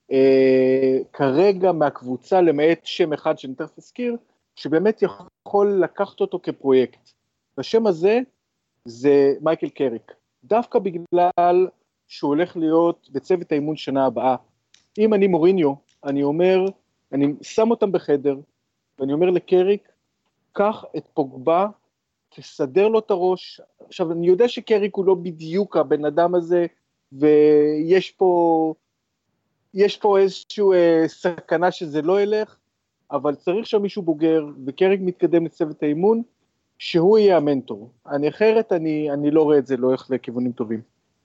אה, כרגע מהקבוצה, למעט שם אחד שאני תכף אזכיר, שבאמת יכול לקחת אותו כפרויקט. השם הזה זה מייקל קריק, דווקא בגלל שהוא הולך להיות בצוות האימון שנה הבאה. אם אני מוריניו, אני אומר, אני שם אותם בחדר, ואני אומר לקריק, קח את פוגבה, תסדר לו את הראש. עכשיו, אני יודע שקריק הוא לא בדיוק הבן אדם הזה, ויש פה, יש פה איזשהו אה, סכנה שזה לא ילך, אבל צריך שם מישהו בוגר, וקריק מתקדם לצוות האימון, שהוא יהיה המנטור. אני אחרת, אני, אני לא רואה את זה, לא הולך לכיוונים טובים.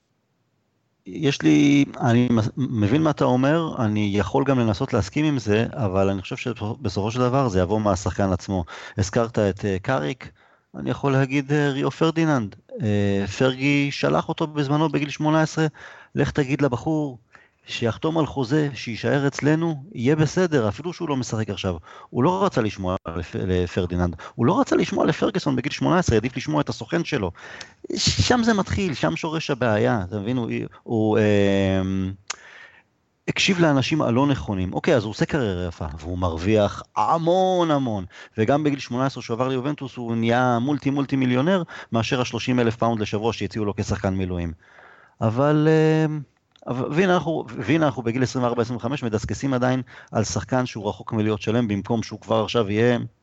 יש לי, אני מבין מה אתה אומר, אני יכול גם לנסות להסכים עם זה, אבל אני חושב שבסופו של דבר זה יבוא מהשחקן עצמו. הזכרת את קריק, אני יכול להגיד ריו פרדיננד, פרגי שלח אותו בזמנו בגיל שמונה עשרה, לך תגיד לבחור שיחתום על חוזה, שישאר אצלנו, יהיה בסדר, אפילו שהוא לא משחק עכשיו. הוא לא רצה לשמוע לפרדיננד, הוא לא רצה לשמוע לפרגסון בגיל שמונה עשרה, עדיף לשמוע את הסוכן שלו. שם זה מתחיל, שם שורש הבעיה, אתה מבין? הוא, הוא אה, הקשיב לאנשים הלא נכונים. אוקיי, אז הוא עושה קריירה יפה, והוא מרוויח המון המון, וגם בגיל שמונה עשרה שהוא עבר ליובנטוס, הוא נהיה מולטי מולטי מיליונר, מאשר ה-שלושים אלף פאונד לשבוע שיציעו לו כשחקן מילואים. אבל... אה, והנה אנחנו, והנה אנחנו בגיל עשרים וארבע עשרים וחמש מדסקסים עדיין על שחקן שהוא רחוק מלהיות שלם, במקום שהוא כבר עכשיו יהיה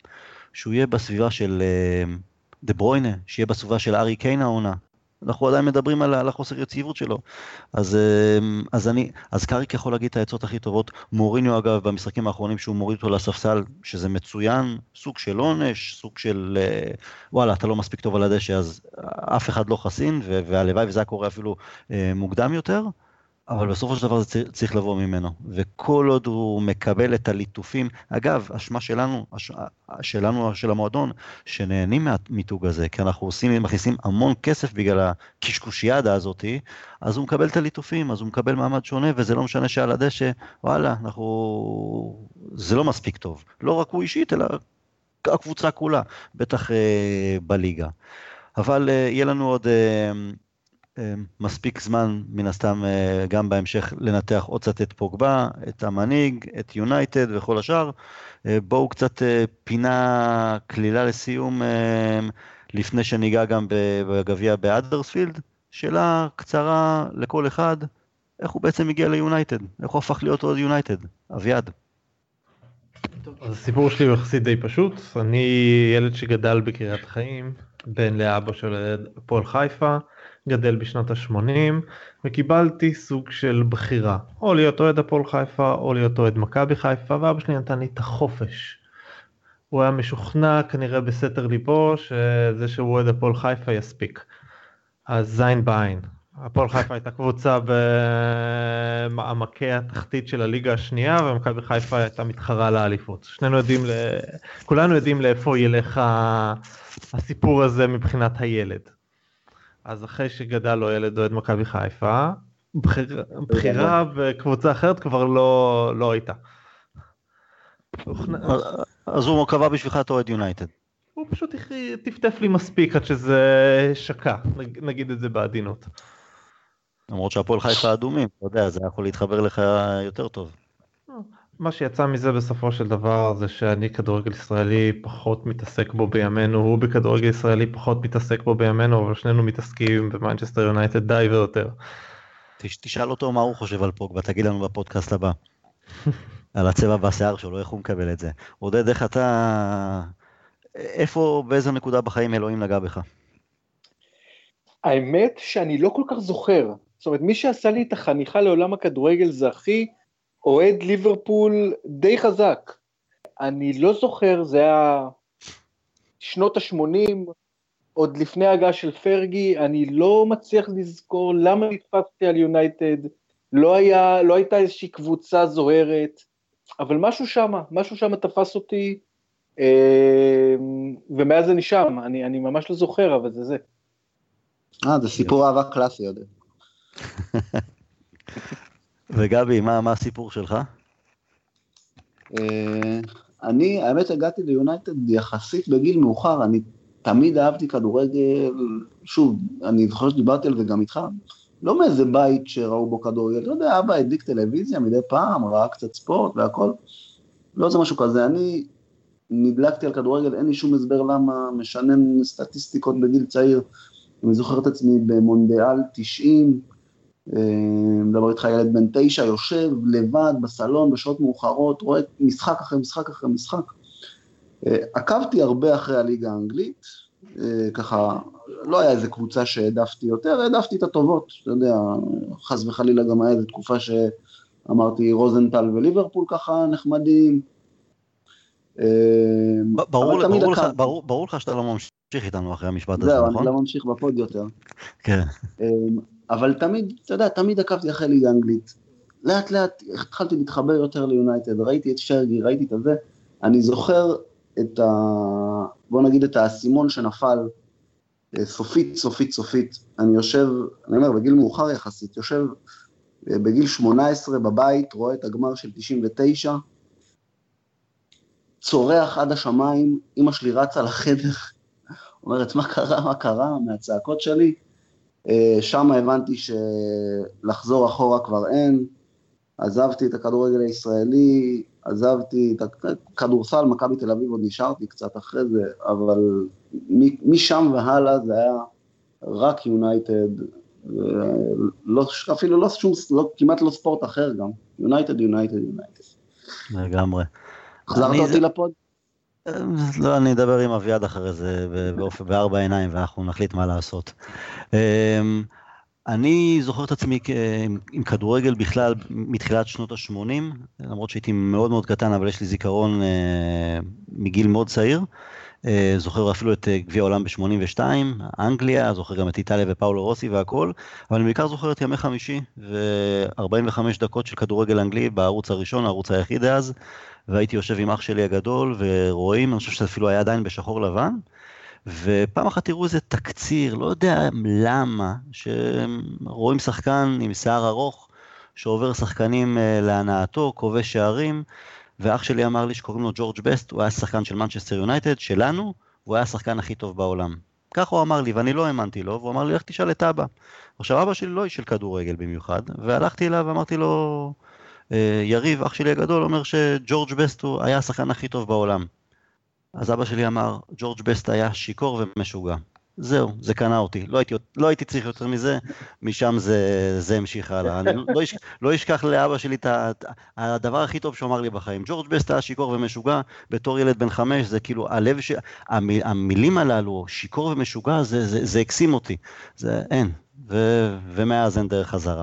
שהוא יהיה בסביבה של דה ברוינה, שיהיה בסביבה של ארי קיין העונה. אנחנו עדיין מדברים על, על החוסר יציבות שלו. אז, אז, אני, אז קאריק יכול להגיד את העצות הכי טובות. מוריניו אגב במשחקים האחרונים שהוא מוריד אותו לספסל, שזה מצוין, סוג של עונש, סוג של וואלה, אתה לא מספיק טוב על הדשא, אז אף אחד לא חסין, והלוואי וזה קורה אפילו מוקדם יותר. אבל בסופו של דבר זה צריך לבוא ממנו, וכל עוד הוא מקבל את הליטופים, אגב, אשמה שלנו, שלנו של המועדון, שנהנים מהמיתוג הזה, כי אנחנו עושים, מכניסים המון כסף בגלל הקשקושיאדה הזאת, אז הוא מקבל את הליטופים, אז הוא מקבל מעמד שונה, וזה לא משנה שעל הדשא, וואלה, אנחנו, זה לא מספיק טוב, לא רק הוא אישית, אלא הקבוצה כולה, בטח אה, בליגה. אבל אה, יהיה לנו עוד... אה, מספיק זמן מן הסתם גם בהמשך לנתח עוד קצת את פוגבה, את המנהיג, את יונייטד וכל השאר. בואו קצת פינה כלילה לסיום לפני שניגע גם בגביע באדרספילד. שאלה קצרה לכל אחד, איך הוא בעצם הגיע ליונייטד? איך הוא הפך להיות עוד יונייטד? אביעד. אז הסיפור שלי הוא יחסית די פשוט. אני ילד שגדל בקריית חיים, בן לאבא של הפועל חיפה, גדל בשנות ה-שמונים, וקיבלתי סוג של בחירה, או להיות אוהד הפועל חיפה, או להיות אוהד מכבי חיפה, ואבא שלי נתן לי את החופש. הוא היה משוכנע כנראה בסתר ליבו, שזה שהוא אוהד הפועל חיפה יספיק. אז זין בעין. הפועל חיפה הייתה קבוצה במעמקי התחתית של הליגה השנייה, ומכבי חיפה הייתה מתחרה לאליפות. שנינו יודעים, ל... כולנו יודעים לאיפה ילך הסיפור הזה מבחינת הילד. אז אחרי שגדל לו ילד אוהד מכבי חיפה, בחיר... בחירה בקבוצה אחרת כבר לא, לא הייתה. אז הוא קבע בשבילך את אוהד יונייטד. הוא פשוט טפטף לי מספיק עד שזה שקע, נגיד את זה בעדינות. למרות שהפועל חיפה אדומים, אתה יודע, זה יכול להתחבר לך יותר טוב. מה שיצא מזה בסופו של דבר זה שאני כדורגל ישראלי פחות מתעסק בו בימינו, הוא בכדורגל ישראלי פחות מתעסק בו בימינו, אבל שנינו מתעסקים במנצ'סטר יונייטד די ויותר. תשאל אותו מה הוא חושב על פוגבה, תגיד לנו בפודקאסט הבא. על הצבע בשיער שלו, איך הוא מקבל את זה. עודד, איך אתה... איפה, באיזו נקודה בחיים אלוהים נגע בך? האמת שאני לא כל כך זוכר. זאת אומרת, מי שעשה לי את החניכה לעולם הכדורגל זה אחי, אוהד ליברפול די חזק. אני לא זוכר, זה היה שנות ה-שמונים, עוד לפני ההגעה של פרגי, אני לא מצליח לזכור למה נתפסתי על יונייטד, לא היה, לא הייתה איזושהי קבוצה זוהרת, אבל משהו שם, משהו שם תפס אותי, ומאז זה נשם, אני, אני ממש לא זוכר, אבל זה זה. אה, זה סיפור אהבה קלאסי, יודע. וגבי, מה, מה הסיפור שלך? אני, האמת, הגעתי ליונייטד יחסית בגיל מאוחר, אני תמיד אהבתי כדורגל, שוב, אני זוכר שדיברתי על זה גם איתך, לא מאיזה בית שראו בו כדורגל, לא יודע, אבא הדליק טלוויזיה מדי פעם, ראה קצת ספורט והכל, לא זה משהו כזה, אני נדלקתי על כדורגל, אין לי שום הסבר למה, משנן סטטיסטיקות בגיל צעיר, אני זוכר את עצמי במונדיאל תשעים, מדבר איתך ילד בן תשע, יושב לבד בסלון בשעות מאוחרות, רואה משחק אחרי משחק אחרי משחק. עקבתי הרבה אחרי הליגה האנגלית, ככה, לא היה איזה קבוצה שהעדפתי יותר, העדפתי את הטובות, אתה יודע, חס וחלילה גם היה איזו תקופה שאמרתי רוזנטל וליברפול ככה נחמדים. ברור לך שאתה לא ממשיך איתנו אחרי המשפט הזה, נכון? זהו, אני לא ממשיך בפוד יותר. כן. אבל תמיד, אתה יודע, תמיד עקבתי אחרי ליגה אנגלית. לאט לאט התחלתי להתחבר יותר ליונייטד, ראיתי את פרגי, ראיתי את זה, אני זוכר את ה... בוא נגיד את האסימון שנפל סופית, סופית, סופית. אני יושב, אני אומר, בגיל מאוחר יחסית, יושב בגיל שמונה עשרה בבית, רואה את הגמר של תשעים ותשע, צורח עד השמיים, אמא שלי רצה לחדר, אומרת, מה קרה, מה קרה, מהצעקות שלי, שם הבנתי שלחזור אחורה כבר אין, עזבתי את הכדורגל הישראלי, עזבתי את הכדורסל, מכבי תל אביב עוד נשארתי קצת אחרי זה, אבל משם והלאה זה היה רק יונייטד, לא, אפילו לא שום, לא, כמעט לא ספורט אחר גם, יונייטד, יונייטד, יונייטד. לגמרי. חזרת אותי לפוד? לא, אני אדבר עם אביעד אחרי זה בארבע עיניים, ואנחנו נחליט מה לעשות. אני זוכר את עצמי עם כדורגל בכלל מתחילת שנות ה-שמונים, למרות שהייתי מאוד מאוד קטן, אבל יש לי זיכרון מגיל מאוד צעיר. זוכר אפילו את גביע העולם ב-שמונים ושתיים, אנגליה, זוכר גם את איטליה ופאולו רוסי והכל, אבל אני בעיקר זוכר את ימי חמישי ו-ארבעים וחמש דקות של כדורגל אנגלי בערוץ הראשון, הערוץ היחיד אז, והייתי יושב עם אח שלי הגדול ורואים, אני חושב שזה אפילו היה עדיין בשחור לבן, ופעם אחת תראו איזה תקציר, לא יודע למה, שרואים שחקן עם שיער ארוך, שעובר שחקנים להנאתו, כובש שערים, ואח שלי אמר לי שקוראים לו ג'ורג' בסט, הוא היה שחקן של מנצ'סטר יונייטד, שלנו, הוא היה השחקן הכי טוב בעולם. כך הוא אמר לי, ואני לא האמנתי לו, והוא אמר לי, לך תשאל את אבא. עכשיו, אבא שלי לא איש של כדורגל במיוחד, והלכתי אליו ואמרתי לו, יריב, אח שלי הגדול, אומר שג'ורג' בסט הוא היה השחקן הכי טוב בעולם. אז אבא שלי אמר, ג'ורג' בסט היה שיקור ומשוגע. זהו, זה קנה אותי. לא הייתי, לא הייתי צריך יותר מזה, משם זה, זה המשיך הלאה. אני לא, יש, לא אשכח לאבא שלי את הדבר הכי טוב שהוא אמר לי בחיים. ג'ורג' בסט היה שיקור ומשוגע, בתור ילד בן חמש, זה כאילו, הלב ש... המילים הללו, שיקור ומשוגע, זה, זה, זה הקסים אותי. זה אין. ו, ומאז אין דרך חזרה.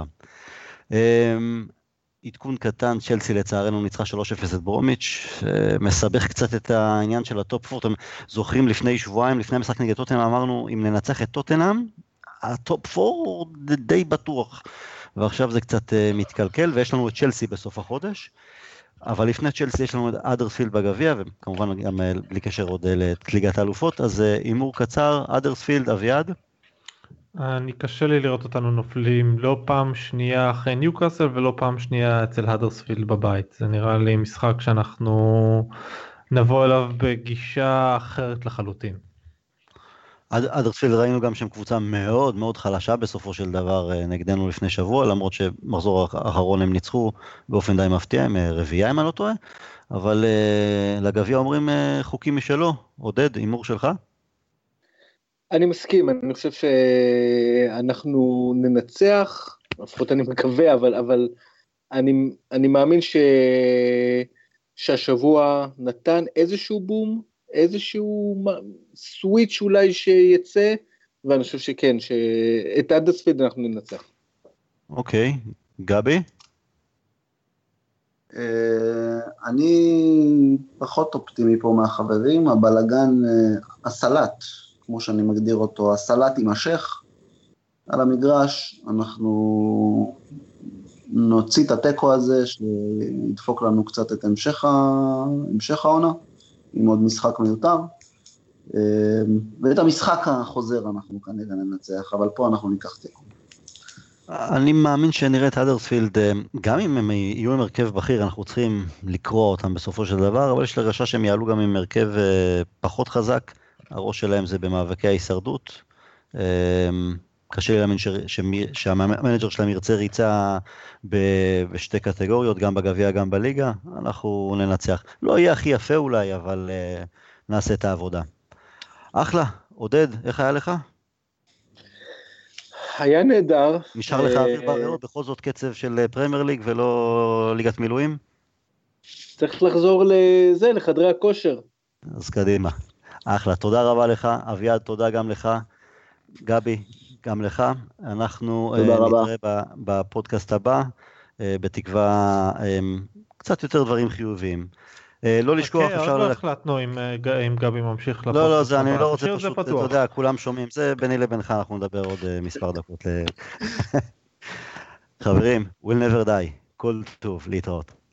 עדכון קטן, צ'לסי לצערנו ניצחה שלוש אפס את ברומיץ', מסבך קצת את העניין של הטופ פור. אתם זוכרים לפני שבועיים, לפני המשחק נגד טוטנהאם, אמרנו אם ננצח את טוטנהאם, הטופ פור די בטוח, ועכשיו זה קצת מתקלקל, ויש לנו את צ'לסי בסוף החודש, אבל לפני צ'לסי יש לנו את אדרספילד בגביע, וכמובן גם בלי קשר עוד לתליגת האלופות, אז אימור קצר, אדרספילד, אביעד. אני קשה לי לראות אותנו נופלים לא פעם שנייה אחרי ניוקאסל ולא פעם שנייה אצל האדרספילד בבית. זה נראה לי משחק שאנחנו נבוא אליו בגישה אחרת לחלוטין. האדרספילד ראינו גם שהם קבוצה מאוד מאוד חלשה בסופו של דבר נגדנו לפני שבוע, למרות שמחזור האחרון הם ניצחו באופן די מפתיע, הם רביעייה אם אני לא טועה, אבל לגביע אומרים חוקים משלו. עודד, אימור שלך? אני מסכים, אני חושב שאנחנו ננצח, לפחות אני מקווה, אבל, אבל אני, אני מאמין ש, שהשבוע נתן איזשהו בום, איזשהו סוויץ' אולי שיצא, ואני חושב שכן, שאת אדרספילד אנחנו ננצח. אוקיי, גבי? אני פחות אופטימי פה מהחברים, הבלגן, הסלט, כמו שאני מגדיר אותו, הסלט יימשך על המגרש, אנחנו נוציא את הטקו הזה, שידפוק לנו קצת את המשך, המשך העונה, עם עוד משחק מיותר, ואת המשחק החוזר אנחנו כנראה ננצח, אבל פה אנחנו ניקח טקו. אני מאמין שנראה את האדרספילד, גם אם הם יהיו עם הרכב בכיר, אנחנו צריכים לקרוא אותם בסופו של דבר, אבל יש לרשע שהם יעלו גם עם הרכב פחות חזק, הראש שלהם זה במאבקי ההישרדות, קשה לי להאמין שהמנג'ר שלהם ירצה ריצה בשתי קטגוריות, גם בגביע גם בליגה, אנחנו ננצח. לא יהיה הכי יפה אולי, אבל נעשה את העבודה. אחלה, עודד, איך היה לך? היה נהדר. נשאר לך אוויר בריאות, בכל זאת קצב של פרמייר ליג ולא ליגת מילואים? צריך לחזור לזה, לחדרי הכושר. אז קדימה. אחלה, תודה רבה לך, אביעד, תודה גם לך, גבי, גם לך, אנחנו נתראה בפודקאסט הבא, בתקווה קצת יותר דברים חיוביים. לא לשכוח, אפשר... עוד לא החלטנו אם גבי ממשיך לפודקאסט. לא, לא, זה אני לא רוצה פשוט, אתה יודע, כולם שומעים, זה ביני לבינך, אנחנו נדבר עוד מספר דקות. חברים, we'll never die, כל טוב, להתראות.